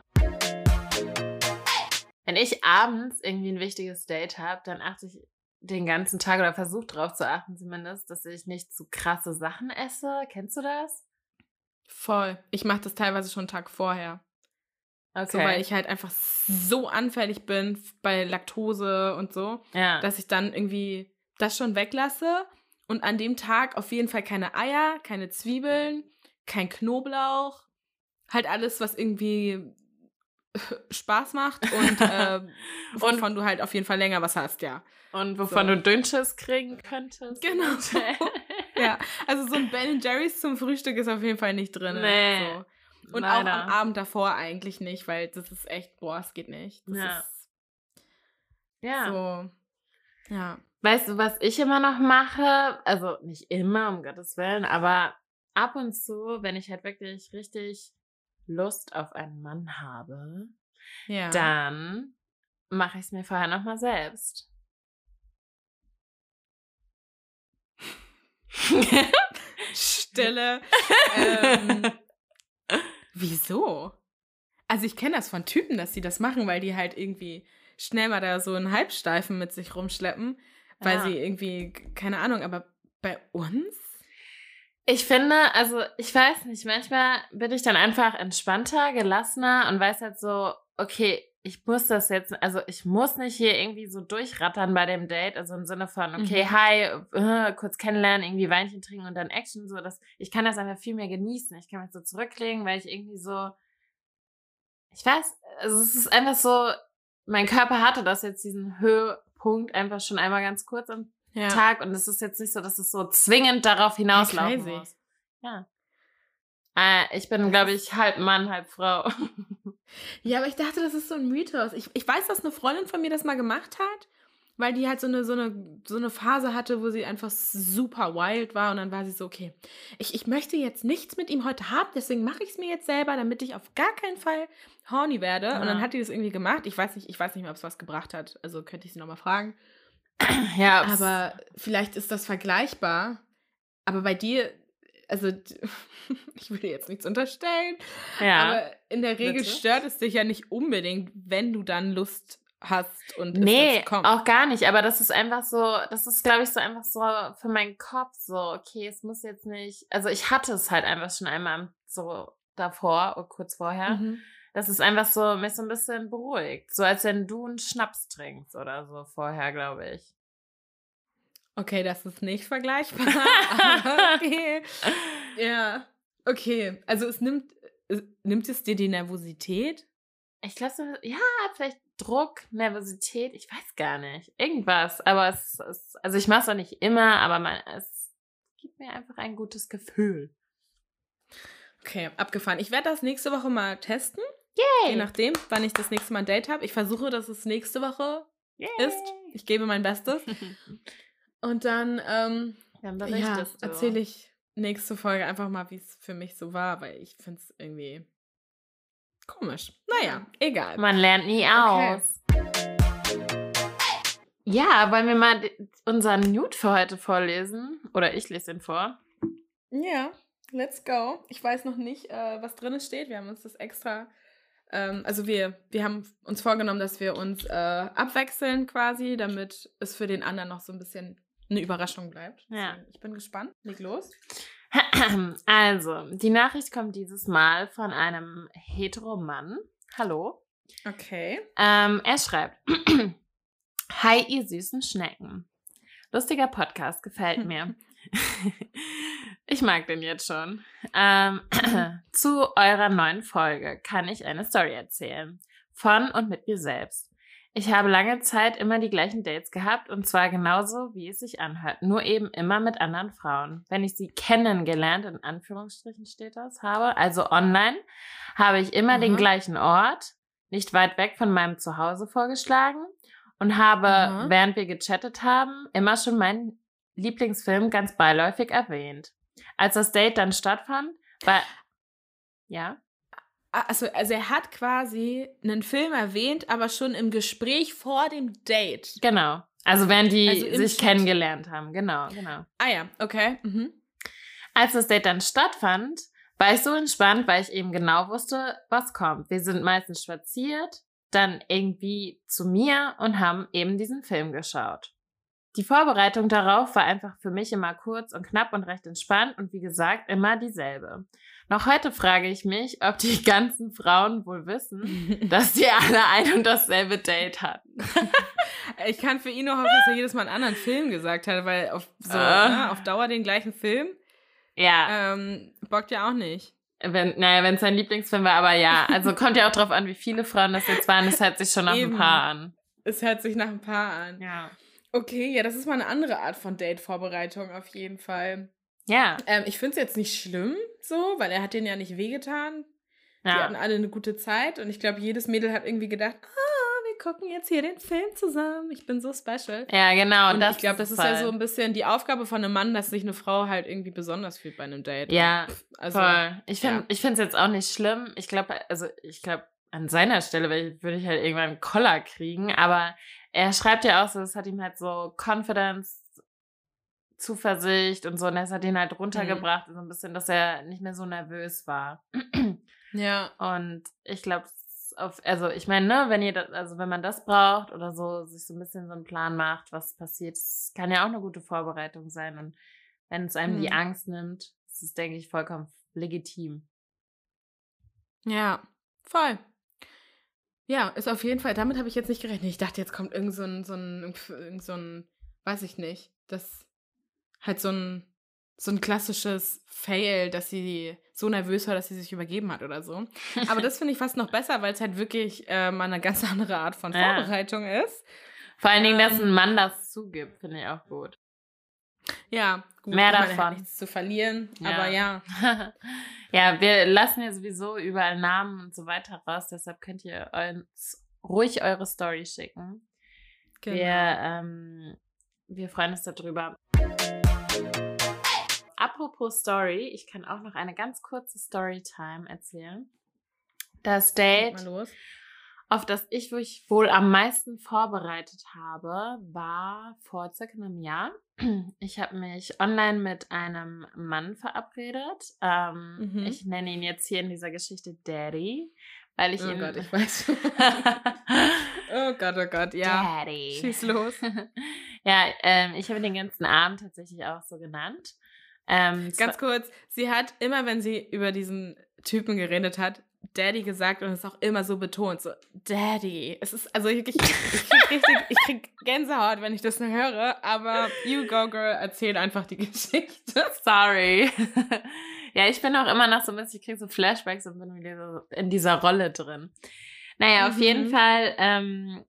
Wenn ich abends irgendwie ein wichtiges Date habe, dann achte ich den ganzen Tag oder versuche drauf zu achten zumindest, dass ich nicht zu krasse Sachen esse. Kennst du das? Voll. Ich mache das teilweise schon einen Tag vorher. Okay. So, weil ich halt einfach so anfällig bin bei Laktose und so, ja. dass ich dann irgendwie das schon weglasse und an dem Tag auf jeden Fall keine Eier, keine Zwiebeln, kein Knoblauch, halt alles, was irgendwie Spaß macht und äh, wovon Und- du halt auf jeden Fall länger was hast, ja. Und wovon So. du Dünnschiss kriegen könntest. Genau. Ja, also so ein Ben Jerry's zum Frühstück ist auf jeden Fall nicht drin. Nee. So. Und Leider. auch am Abend davor eigentlich nicht, weil das ist echt, boah, es geht nicht. Das Ja. ist Ja. so, ja. Weißt du, was ich immer noch mache? Also nicht immer, um Gottes Willen, aber ab und zu, wenn ich halt wirklich richtig Lust auf einen Mann habe, Ja. dann mache ich es mir vorher nochmal selbst. Stille. ähm, wieso? Also ich kenne das von Typen, dass sie das machen, weil die halt irgendwie schnell mal da so einen Halbsteifen mit sich rumschleppen, weil Ja. sie irgendwie, keine Ahnung, aber bei uns? Ich finde, also ich weiß nicht, manchmal bin ich dann einfach entspannter, gelassener und weiß halt so, okay, ich muss das jetzt, also ich muss nicht hier irgendwie so durchrattern bei dem Date, also im Sinne von, okay, Mhm. hi, äh, kurz kennenlernen, irgendwie Weinchen trinken und dann Action, so, dass ich kann das einfach viel mehr genießen. Ich kann mich so zurücklegen, weil ich irgendwie so, ich weiß, also es ist einfach so, mein Körper hatte das jetzt, diesen Höhepunkt einfach schon einmal ganz kurz am Ja. Tag und es ist jetzt nicht so, dass es so zwingend darauf hinauslaufen crazy. muss. Ja. Äh, ich bin, glaube ich, halb Mann, halb Frau. Ja, aber ich dachte, das ist so ein Mythos. Ich, ich weiß, dass eine Freundin von mir das mal gemacht hat, weil die halt so eine, so eine, so eine Phase hatte, wo sie einfach super wild war und dann war sie so, okay, ich, ich möchte jetzt nichts mit ihm heute haben, deswegen mache ich es mir jetzt selber, damit ich auf gar keinen Fall horny werde. Ja. Und dann hat die das irgendwie gemacht. Ich weiß nicht, ich weiß nicht mehr, ob es was gebracht hat. Also könnte ich sie nochmal fragen. Ja, Aber vielleicht ist das vergleichbar. Aber bei dir, also ich will dir jetzt nichts unterstellen, ja. aber in der Regel Bitte? stört es dich ja nicht unbedingt, wenn du dann Lust hast und Nee, es dazu kommt. auch gar nicht. Aber das ist einfach so, das ist, glaube ich, so einfach so für meinen Kopf so, okay, es muss jetzt nicht, also ich hatte es halt einfach schon einmal so davor oder kurz vorher. Mhm. Das ist einfach so, mich so ein bisschen beruhigt. So als wenn du einen Schnaps trinkst oder so vorher, glaube ich. Okay, das ist nicht vergleichbar. aber okay. Ja, okay. Also es nimmt, es, nimmt es dir die Nervosität? Ich glaube, so, ja, vielleicht Druck, Nervosität, ich weiß gar nicht. Irgendwas. Aber es ist, also ich mache es auch nicht immer, aber man, es gibt mir einfach ein gutes Gefühl. Okay, abgefahren. Ich werde das nächste Woche mal testen. Yay! Je nachdem, wann ich das nächste Mal ein Date habe. Ich versuche, dass es nächste Woche Yay! ist. Ich gebe mein Bestes. Und dann, ähm, dann ja, berichtest du. erzähle ich nächste Folge einfach mal, wie es für mich so war, weil ich finde es irgendwie komisch. Naja, egal. Man lernt nie Okay. aus. Ja, wollen wir mal d- unseren Nude für heute vorlesen? Oder ich lese den vor. Ja, let's go. Ich weiß noch nicht, äh, was drin steht. Wir haben uns das extra, ähm, also wir, wir haben uns vorgenommen, dass wir uns äh, abwechseln quasi, damit es für den anderen noch so ein bisschen eine Überraschung bleibt. Ja. Deswegen, ich bin gespannt. Leg los. Also, die Nachricht kommt dieses Mal von einem Heteromann. Hallo. Okay. Ähm, er schreibt: Hi, ihr süßen Schnecken. Lustiger Podcast, gefällt mir. Ich mag den jetzt schon. Ähm, zu eurer neuen Folge kann ich eine Story erzählen. Von und mit mir selbst. Ich habe lange Zeit immer die gleichen Dates gehabt und zwar genauso, wie es sich anhört. Nur eben immer mit anderen Frauen. Wenn ich sie kennengelernt, in Anführungsstrichen steht das, habe, also online, habe ich immer Mhm. den gleichen Ort, nicht weit weg von meinem Zuhause vorgeschlagen und habe, Mhm. während wir gechattet haben, immer schon meinen Lieblingsfilm ganz beiläufig erwähnt. Als das Date dann stattfand, war... Ja? Also, also er hat quasi einen Film erwähnt, aber schon im Gespräch vor dem Date. Genau. Also während die Also im sich Chat. kennengelernt haben. Genau, genau. Ah ja, okay. Mhm. Als das Date dann stattfand, war ich so entspannt, weil ich eben genau wusste, was kommt. Wir sind meistens spaziert, dann irgendwie zu mir und haben eben diesen Film geschaut. Die Vorbereitung darauf war einfach für mich immer kurz und knapp und recht entspannt und wie gesagt immer dieselbe. Noch heute frage ich mich, ob die ganzen Frauen wohl wissen, dass sie alle ein und dasselbe Date hatten. Ich kann für ihn nur hoffen, dass er jedes Mal einen anderen Film gesagt hat, weil auf so Ah. ne, auf Dauer den gleichen Film Ja, ähm, bockt ja auch nicht. wenn, naja, wenn es sein Lieblingsfilm war, aber ja, also kommt ja auch drauf an, wie viele Frauen das jetzt waren. Es hört sich schon nach Eben. ein paar an. Es hört sich nach ein paar an. Ja. Okay, ja, das ist mal eine andere Art von Date-Vorbereitung auf jeden Fall. Ja. Ähm, ich finde es jetzt nicht schlimm so, weil er hat denen ja nicht wehgetan. Die Ja. hatten alle eine gute Zeit und ich glaube, jedes Mädel hat irgendwie gedacht, ah, wir gucken jetzt hier den Film zusammen. Ich bin so special. Ja, genau. Und das ich glaube, das ist voll. ja so ein bisschen die Aufgabe von einem Mann, dass sich eine Frau halt irgendwie besonders fühlt bei einem Date. Ja, also, voll. Ich finde ja. ich finde es jetzt auch nicht schlimm. Ich glaube, also ich glaube, an seiner Stelle würde ich halt irgendwann einen Koller kriegen, aber er schreibt ja auch so, das hat ihm halt so Confidence, Zuversicht und so, und das hat ihn halt runtergebracht, so ein bisschen, dass er nicht mehr so nervös war. Ja. Und ich glaube, also ich meine, ne, wenn ihr das, also wenn man das braucht oder so, sich so ein bisschen so einen Plan macht, was passiert, das kann ja auch eine gute Vorbereitung sein. Und wenn es einem Mhm. die Angst nimmt, ist es, denke ich, vollkommen legitim. Ja, voll. Ja, ist auf jeden Fall, damit habe ich jetzt nicht gerechnet. Ich dachte, jetzt kommt irgend so ein, so ein, irgend so ein, weiß ich nicht, das halt so ein, so ein klassisches Fail, dass sie so nervös war, dass sie sich übergeben hat oder so. Aber das finde ich fast noch besser, weil es halt wirklich äh, mal eine ganz andere Art von Ja. Vorbereitung ist. Vor allen Dingen, dass Ähm, ein Mann das zugibt, finde ich auch gut. Ja, gut. Mehr ich meine, er davon. hat nichts zu verlieren, Ja. aber ja. Ja, wir lassen ja sowieso überall Namen und so weiter raus, deshalb könnt ihr uns ruhig eure Story schicken. Genau. Wir, ähm, wir freuen uns darüber. Apropos Story, ich kann auch noch eine ganz kurze Storytime erzählen. Das Leg mal Date, los. auf das ich mich wohl am meisten vorbereitet habe, war vor circa einem Jahr. Ich habe mich online mit einem Mann verabredet. Ähm, Mhm. Ich nenne ihn jetzt hier in dieser Geschichte Daddy, weil ich Oh ihn... Gott, ich weiß. Oh Gott, oh Gott, ja. Daddy. Schieß los. Ja, ähm, ich habe den ganzen Abend tatsächlich auch so genannt. Ähm, Ganz kurz, sie hat immer, wenn sie über diesen Typen geredet hat, Daddy gesagt und es auch immer so betont, so Daddy. Es ist, also ich, ich, ich krieg richtig, ich krieg Gänsehaut, wenn ich das nur höre, aber you go girl, erzähl einfach die Geschichte. Sorry. Ja, ich bin auch immer noch so ein bisschen, ich kriege so Flashbacks und bin wieder so in dieser Rolle drin. Naja, auf Mhm. jeden Fall ähm,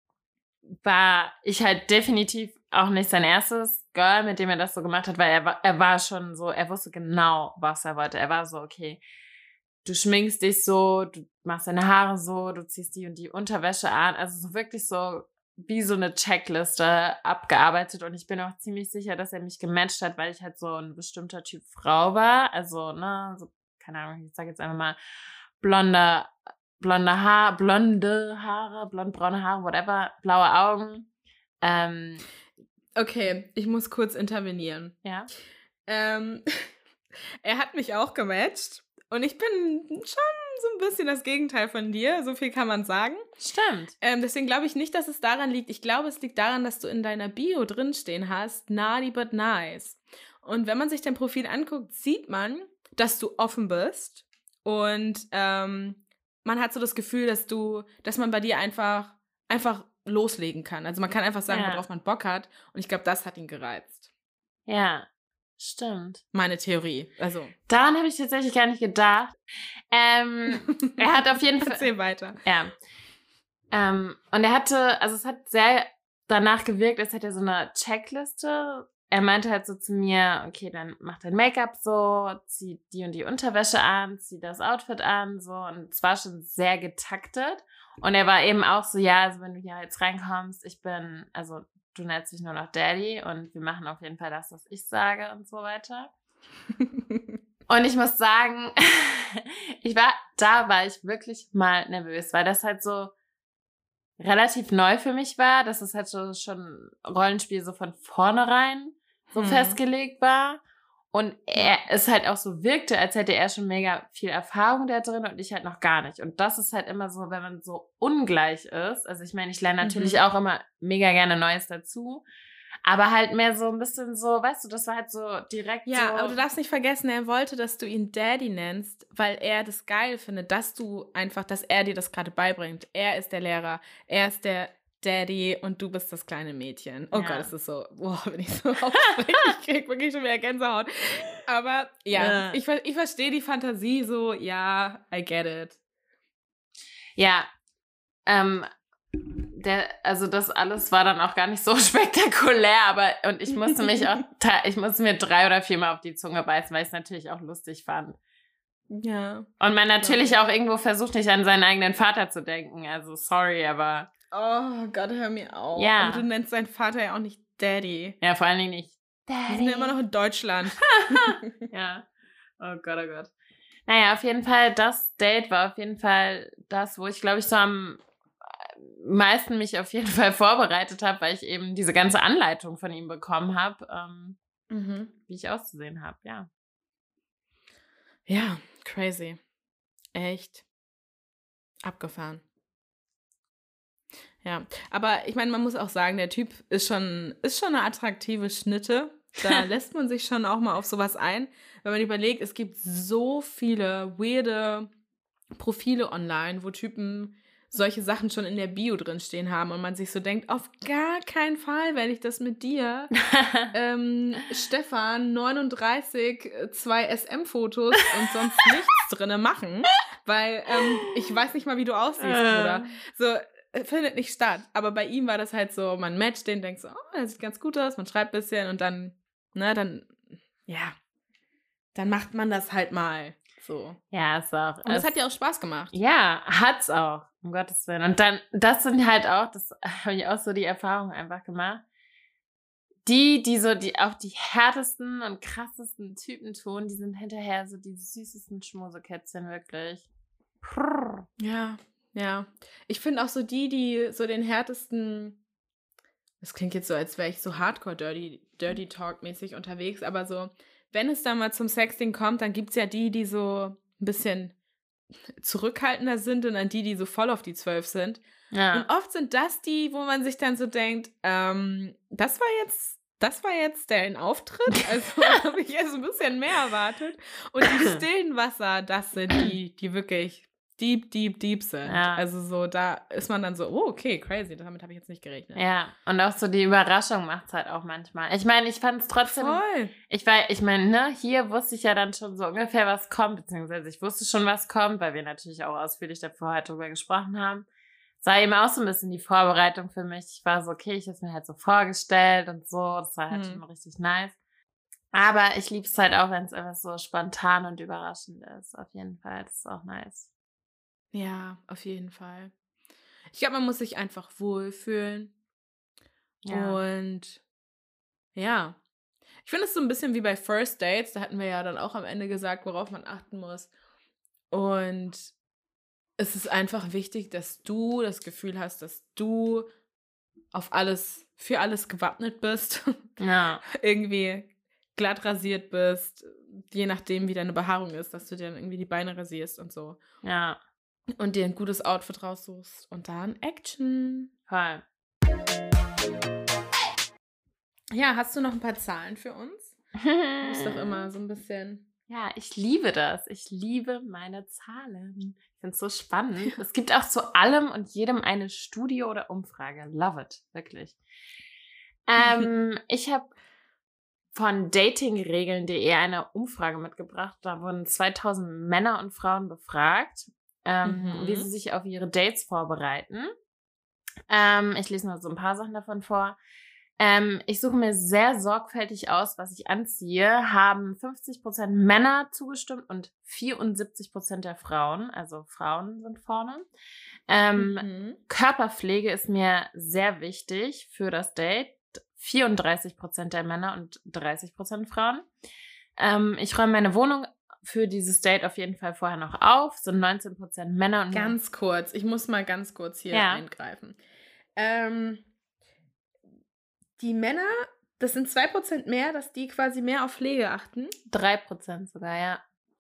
war ich halt definitiv auch nicht sein erstes Girl, mit dem er das so gemacht hat, weil er war, er war schon so, er wusste genau, was er wollte. Er war so, okay, du schminkst dich so, du machst deine Haare so, du ziehst die und die Unterwäsche an. Also so wirklich so wie so eine Checkliste abgearbeitet. Und ich bin auch ziemlich sicher, dass er mich gematcht hat, weil ich halt so ein bestimmter Typ Frau war. Also, ne, so, keine Ahnung, ich sag jetzt einfach mal blonde, blonde Haar, blonde Haare, blond-braune Haare, whatever, blaue Augen. Ähm, Okay, ich muss kurz intervenieren. ja. Ähm, er hat mich auch gematcht. Und ich bin schon so ein bisschen das Gegenteil von dir. So viel kann man sagen. Stimmt. Ähm, deswegen glaube ich nicht, dass es daran liegt. Ich glaube, es liegt daran, dass du in deiner Bio drinstehen hast, naughty but nice. Und wenn man sich dein Profil anguckt, sieht man, dass du offen bist. Und ähm, man hat so das Gefühl, dass du, dass man bei dir einfach, einfach loslegen kann. Also man kann einfach sagen, Ja. worauf man Bock hat. Und ich glaube, das hat ihn gereizt. Ja, stimmt. Meine Theorie. Also. Daran habe ich tatsächlich gar nicht gedacht. Ähm, er hat auf jeden Fall. Erzähl weiter. Ja. Ähm, und er hatte, also es hat sehr danach gewirkt, als hätte er so eine Checkliste. Er meinte halt so zu mir, okay, dann mach dein Make-up so, zieh die und die Unterwäsche an, zieh das Outfit an, so. Und es war schon sehr getaktet. Und er war eben auch so, ja, also wenn du hier jetzt reinkommst, ich bin, also du nennst dich nur noch Daddy und wir machen auf jeden Fall das, was ich sage und so weiter. Und ich muss sagen, ich war, da war ich wirklich mal nervös, weil das halt so relativ neu für mich war, dass es halt so schon Rollenspiel so von vornherein so Hm. festgelegt war. Und er es halt auch so wirkte, als hätte er schon mega viel Erfahrung da drin und ich halt noch gar nicht. Und das ist halt immer so, wenn man so ungleich ist. Also ich meine, ich lerne natürlich Mhm. auch immer mega gerne Neues dazu. Aber halt mehr so ein bisschen so, weißt du, das war halt so direkt Ja, so. aber du darfst nicht vergessen, er wollte, dass du ihn Daddy nennst, weil er das geil findet, dass du einfach, dass er dir das gerade beibringt. Er ist der Lehrer, er ist der Daddy und du bist das kleine Mädchen. Oh Ja. Gott, das ist so, boah, wenn ich so ausspreche, ich krieg wirklich schon wieder Gänsehaut. Aber ja, Ja. ich, ver- ich verstehe die Fantasie so, ja, I get it. Ja, ähm, der, also das alles war dann auch gar nicht so spektakulär, aber und ich musste mich auch, ta- ich musste mir drei oder viermal auf die Zunge beißen, weil ich es natürlich auch lustig fand. Ja. Und man natürlich auch irgendwo versucht, nicht an seinen eigenen Vater zu denken. Also sorry, aber Oh Gott, hör mir auf. Ja. Aber du nennst deinen Vater ja auch nicht Daddy. ja, vor allen Dingen nicht. Wir sind ja immer noch in Deutschland. Ja. Oh Gott, oh Gott. Naja, auf jeden Fall, das Date war auf jeden Fall das, wo ich, glaube ich, so am meisten mich auf jeden Fall vorbereitet habe, weil ich eben diese ganze Anleitung von ihm bekommen habe, ähm, Mhm. wie ich auszusehen habe, ja. Ja, crazy. Echt. Abgefahren. Ja, aber ich meine, man muss auch sagen, der Typ ist schon, ist schon eine attraktive Schnitte. Da lässt man sich schon auch mal auf sowas ein. Wenn man überlegt, es gibt so viele weirde Profile online, wo Typen solche Sachen schon in der Bio drinstehen haben und man sich so denkt, auf gar keinen Fall werde ich das mit dir. ähm, Stefan, neununddreißig, äh, zwei S M-Fotos und sonst nichts drinne machen, weil ähm, ich weiß nicht mal, wie du aussiehst, Bruder. So, äh, findet nicht statt. Aber bei ihm war das halt so, man matcht den, denkt so, oh, der sieht ganz gut aus, man schreibt ein bisschen und dann, ne, dann, ja, dann macht man das halt mal so. Ja, ist auch. Und das es- hat ja auch Spaß gemacht. Ja, hat's auch, um Gottes Willen. Und dann, das sind halt auch, das habe ich auch so die Erfahrung einfach gemacht. Die, die so, die auch die härtesten und krassesten Typen tun, die sind hinterher so die süßesten Schmusekätzchen, wirklich. Prrr. Ja, ja. Ich finde auch so die, die so den härtesten, das klingt jetzt so, als wäre ich so hardcore Dirty, Dirty Talk-mäßig unterwegs, aber so, wenn es dann mal zum Sexting kommt, dann gibt es ja die, die so ein bisschen zurückhaltender sind und dann die, die so voll auf die Zwölf sind. Ja. Und oft sind das die, wo man sich dann so denkt, ähm, das war jetzt, das war jetzt der Auftritt. Also habe ich jetzt ein bisschen mehr erwartet. Und die stillen Wasser, das sind die, die wirklich deep, deep, deep sind. Ja. Also so, da ist man dann so, oh, okay, crazy, damit habe ich jetzt nicht gerechnet. Ja, und auch so die Überraschung macht es halt auch manchmal. Ich meine, ich fand es trotzdem, Voll. ich war, ich meine, ne, hier wusste ich ja dann schon so ungefähr, was kommt, beziehungsweise ich wusste schon, was kommt, weil wir natürlich auch ausführlich davor halt drüber gesprochen haben. Es war eben auch so ein bisschen die Vorbereitung für mich. Ich war so, okay, ich habe es mir halt so vorgestellt und so, das war halt Hm. schon mal richtig nice. Aber ich liebe es halt auch, wenn es einfach so spontan und überraschend ist, auf jeden Fall, das ist auch nice. Ja, auf jeden Fall. Ich glaube, man muss sich einfach wohlfühlen. Ja. Und ja, ich finde es so ein bisschen wie bei First Dates. Da hatten wir ja dann auch am Ende gesagt, worauf man achten muss. Und es ist einfach wichtig, dass du das Gefühl hast, dass du auf alles, für alles gewappnet bist. Ja. Irgendwie glatt rasiert bist, je nachdem, wie deine Behaarung ist, dass du dir dann irgendwie die Beine rasierst und so. Ja. Und dir ein gutes Outfit raussuchst. Und dann Action. Voll. Ja, hast du noch ein paar Zahlen für uns? Du bist doch immer so ein bisschen... Ja, ich liebe das. Ich liebe meine Zahlen. Ich finde es so spannend. Es gibt auch zu allem und jedem eine Studie oder Umfrage. Love it. Wirklich. Ähm, ich habe von datingregeln punkt de eine Umfrage mitgebracht. Da wurden zweitausend Männer und Frauen befragt, ähm, Mhm. wie sie sich auf ihre Dates vorbereiten. Ähm, ich lese mal so ein paar Sachen davon vor. Ähm, ich suche mir sehr sorgfältig aus, was ich anziehe, haben fünfzig Prozent Männer zugestimmt und vierundsiebzig Prozent der Frauen, also Frauen sind vorne. Ähm, Mhm. Körperpflege ist mir sehr wichtig für das Date. vierunddreißig Prozent der Männer und dreißig Prozent Frauen. Ähm, ich räume meine Wohnung für dieses Date auf jeden Fall vorher noch auf. Sind neunzehn Prozent Männer und Ganz kurz, ich muss mal ganz kurz hier Ja. eingreifen. Ähm, die Männer, das sind zwei Prozent mehr, dass die quasi mehr auf Pflege achten. drei Prozent sogar, ja.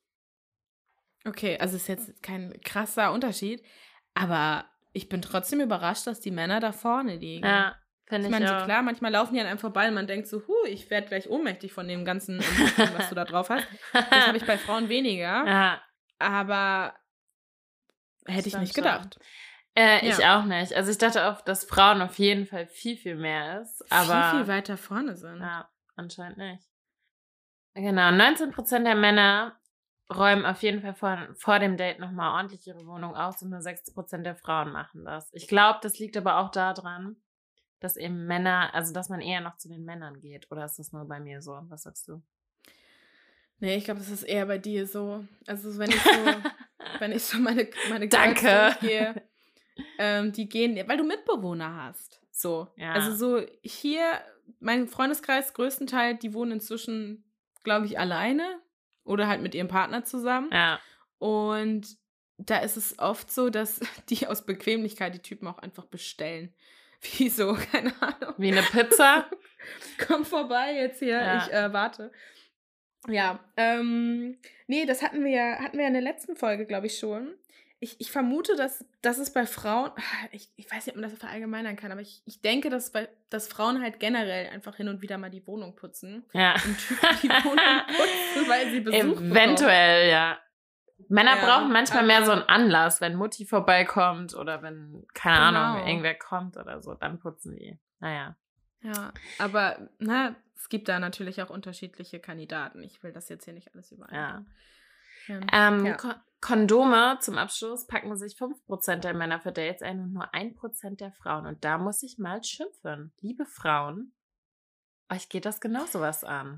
Okay, also ist jetzt kein krasser Unterschied, aber ich bin trotzdem überrascht, dass die Männer da vorne liegen. Ja, finde Ich ich, meine, so auch. klar, manchmal laufen die an einem vorbei und man denkt so, huh, ich werde gleich ohnmächtig von dem ganzen, Umfang, was du da drauf hast. Das habe ich bei Frauen weniger, Ja, aber hätte ich stimmt nicht schon. gedacht. Äh, ich Ja. auch nicht. Also ich dachte auch, dass Frauen auf jeden Fall viel, viel mehr ist. Aber viel, viel weiter vorne sind. ja, anscheinend nicht. Genau, neunzehn Prozent der Männer räumen auf jeden Fall vor, vor dem Date nochmal ordentlich ihre Wohnung aus und nur sechs Prozent der Frauen machen das. Ich glaube, das liegt aber auch daran, dass eben Männer, also dass man eher noch zu den Männern geht. Oder ist das nur bei mir so? Was sagst du? Nee, ich glaube, das ist eher bei dir so. Also wenn ich so, wenn ich so meine, meine Girls Danke. durchgehe, ähm, die gehen, weil du Mitbewohner hast. So. Ja. Also so hier, mein Freundeskreis größtenteils, die wohnen inzwischen, glaube ich, alleine oder halt mit ihrem Partner zusammen. Ja. Und da ist es oft so, dass die aus Bequemlichkeit die Typen auch einfach bestellen. Wieso? Keine Ahnung. Wie eine Pizza? Komm vorbei jetzt hier, Ja. ich äh, warte. Ja, ähm, nee, das hatten wir ja, hatten wir ja in der letzten Folge, glaube ich, schon. Ich, ich vermute, dass, dass es bei Frauen, ich, ich weiß nicht, ob man das verallgemeinern kann, aber ich, ich denke, dass, bei, dass Frauen halt generell einfach hin und wieder mal die Wohnung putzen. Ja. Und Typen die Wohnung putzen, weil sie Besuch bekommen. Eventuell, ja. Männer Ja, brauchen manchmal mehr aber- so einen Anlass, wenn Mutti vorbeikommt oder wenn, keine Genau. Ahnung, irgendwer kommt oder so, dann putzen die. Naja. Ja, aber na, es gibt da natürlich auch unterschiedliche Kandidaten. Ich will das jetzt hier nicht alles überall. Ja. Ja. Ähm, Ja. Ko Kondome zum Abschluss packen sich fünf Prozent der Männer für Dates ein und nur ein Prozent der Frauen. Und da muss ich mal schimpfen. Liebe Frauen, euch geht das genauso was an.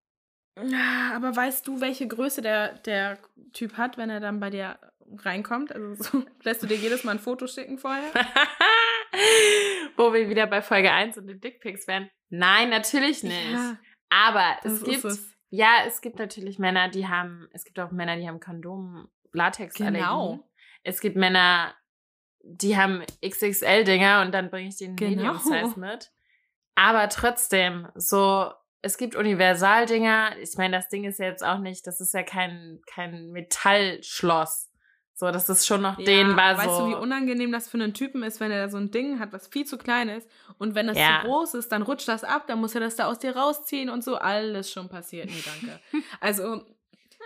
Ja, aber weißt du, welche Größe der, der Typ hat, wenn er dann bei dir reinkommt? Also so, lässt du dir jedes Mal ein Foto schicken vorher? Wo wir wieder bei Folge eins und den Dickpics wären. Nein, natürlich nicht. Ja, Aber das es ist gibt, es. ja, es gibt natürlich Männer, die haben, es gibt auch Männer, die haben Kondom, Latex-Allergien. Genau. Es gibt Männer, die haben X X L-Dinger und dann bringe ich den Genau. Medium-Size mit. Aber trotzdem, so, es gibt Universaldinger. Ich meine, das Ding ist ja jetzt auch nicht, das ist ja kein, kein Metallschloss. So, das ist schon noch Ja, dehnbar so. weißt du, wie unangenehm das für einen Typen ist, wenn er so ein Ding hat, was viel zu klein ist und wenn das Ja. zu groß ist, dann rutscht das ab, dann muss er das da aus dir rausziehen und so. Alles schon passiert. Nee, danke. Also,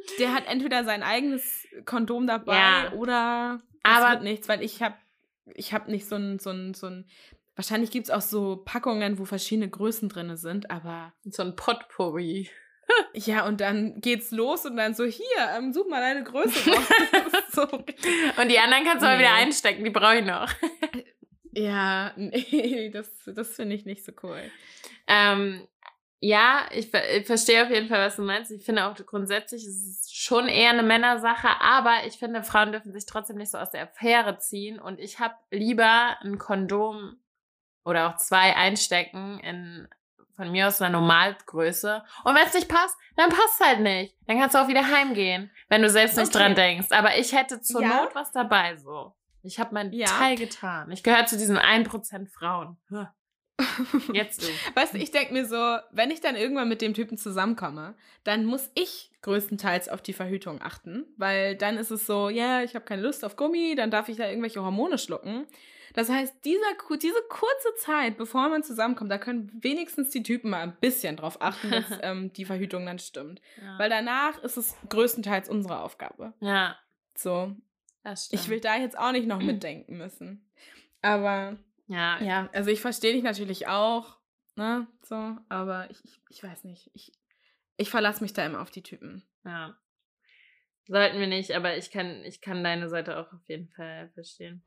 der hat entweder sein eigenes Kondom dabei Ja. oder das Aber- wird nichts, weil ich habe ich hab nicht so ein, so ein, so ein, wahrscheinlich gibt es auch so Packungen, wo verschiedene Größen drin sind, aber So ein Potpourri. ja, und dann geht's los und dann so, hier, ähm, such mal deine Größe raus. so. Und die anderen kannst du mal Nee. wieder einstecken, die brauche ich noch. Ja, nee, das, das finde ich nicht so cool. Ähm, ja, ich, ver- ich verstehe auf jeden Fall, was du meinst. Ich finde auch grundsätzlich ist es schon eher eine Männersache, aber ich finde, Frauen dürfen sich trotzdem nicht so aus der Affäre ziehen und ich habe lieber ein Kondom oder auch zwei einstecken in von mir aus einer Normalgröße. Und wenn es nicht passt, dann passt halt nicht. Dann kannst du auch wieder heimgehen, wenn du selbst nicht Okay. dran denkst. Aber ich hätte zur Ja. Not was dabei, so. Ich habe meinen Ja. Teil getan. Ich gehöre zu diesen ein Prozent Frauen. Jetzt du. Weißt du, ich denke mir so, wenn ich dann irgendwann mit dem Typen zusammenkomme, dann muss ich größtenteils auf die Verhütung achten, weil dann ist es so, ja, ich habe keine Lust auf Gummi, dann darf ich da irgendwelche Hormone schlucken. Das heißt, dieser, ku- diese kurze Zeit, bevor man zusammenkommt, da können wenigstens die Typen mal ein bisschen drauf achten, dass ähm, die Verhütung dann stimmt. Ja. Weil danach ist es größtenteils unsere Aufgabe. ja, So, das stimmt. ich will da jetzt auch nicht noch mitdenken müssen. Aber Ja, ja, also ich verstehe dich natürlich auch, ne, so, aber ich, ich, ich weiß nicht, ich, ich verlasse mich da immer auf die Typen. ja. Sollten wir nicht, aber ich kann, ich kann deine Seite auch auf jeden Fall verstehen.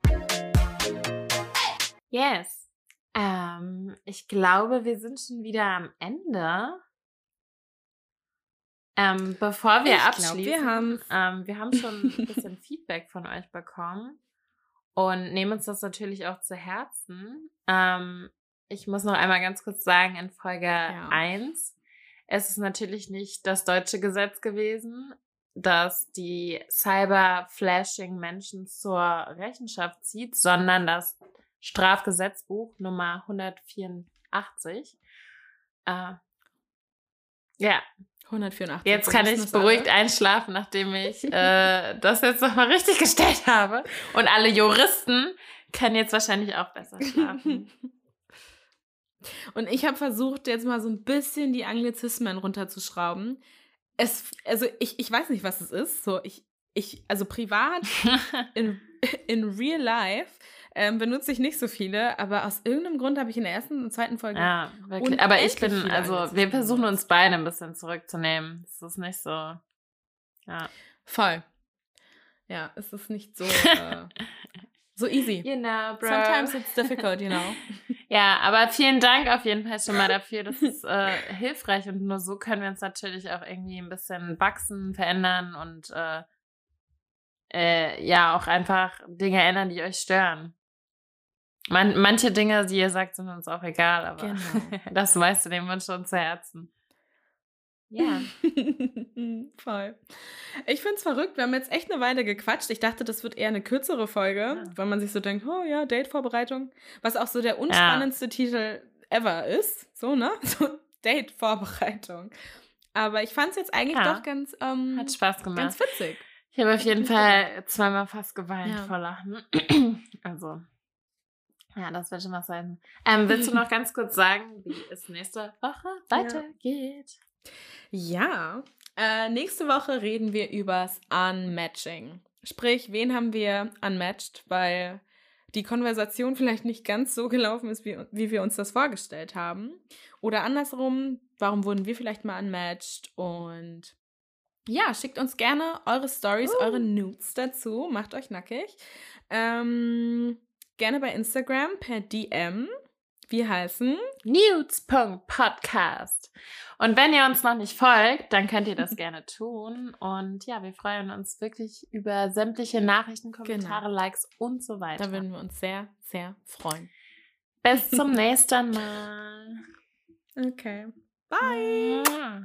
Yes. Ähm, ich glaube, wir sind schon wieder am Ende. Ähm, bevor wir Ich glaub, abschließen, wir haben's. ähm, wir haben schon ein bisschen Feedback von euch bekommen und nehmen uns das natürlich auch zu Herzen. Ähm, ich muss noch einmal ganz kurz sagen, in Folge eins, es ist natürlich nicht das deutsche Gesetz gewesen, das die Cyber-Flashing-Menschen zur Rechenschaft zieht, sondern das Strafgesetzbuch Nummer hundertvierundachtzig. Äh, ja, hundertvierundachtzig. jetzt wir kann wissen ich es beruhigt alle. einschlafen, nachdem ich äh, das jetzt nochmal richtig gestellt habe. Und alle Juristen können jetzt wahrscheinlich auch besser schlafen. Und ich habe versucht, jetzt mal so ein bisschen die Anglizismen runterzuschrauben. Es, also ich, ich weiß nicht, was es ist. So, ich, ich, also privat, in, in real life, ähm, benutze ich nicht so viele, aber aus irgendeinem Grund habe ich in der ersten und zweiten Folge. Ja, wirklich. Aber ich unendlich bin, viele also wir Anglizismen versuchen benutzt. uns beide ein bisschen zurückzunehmen. Es ist nicht so. Ja. Voll. Ja, es ist nicht so, äh, so easy. You know, bro. Sometimes it's difficult, you know. Ja, aber vielen Dank auf jeden Fall schon mal dafür. Das ist äh, hilfreich und nur so können wir uns natürlich auch irgendwie ein bisschen wachsen, verändern und äh, äh, ja, auch einfach Dinge ändern, die euch stören. Man, manche Dinge, die ihr sagt, sind uns auch egal, aber Genau. das meiste nehmen wir uns schon zu Herzen. Ja. Voll. Ich finde es verrückt. Wir haben jetzt echt eine Weile gequatscht. Ich dachte, das wird eher eine kürzere Folge, Ja. weil man sich so denkt, oh ja, Date-Vorbereitung. Was auch so der unspannendste Titel ever ist. So, ne? So Date-Vorbereitung. Aber ich fand es jetzt eigentlich Ja. doch ganz, ähm, Hat Spaß gemacht. ganz witzig. Ich habe auf jeden Hat mich Fall zweimal fast geweint Ja. vor Lachen. Also, ja, das wird schon was sein. Ähm, willst du noch ganz kurz sagen, wie es nächste Woche weitergeht? Ja, äh, nächste Woche reden wir übers Unmatching. Sprich, wen haben wir unmatched, weil die Konversation vielleicht nicht ganz so gelaufen ist, wie, wie wir uns das vorgestellt haben. Oder andersrum, warum wurden wir vielleicht mal unmatched? Und ja, schickt uns gerne eure Stories, Uh. eure Nudes dazu. Macht euch nackig. Ähm, gerne bei Instagram per D M. Wir heißen Nudes Punkt Podcast. Und wenn ihr uns noch nicht folgt, dann könnt ihr das gerne tun. Und ja, wir freuen uns wirklich über sämtliche Nachrichten, Kommentare, Likes und so weiter. Da würden wir uns sehr, sehr freuen. Bis zum nächsten Mal. Okay. Bye. Mua.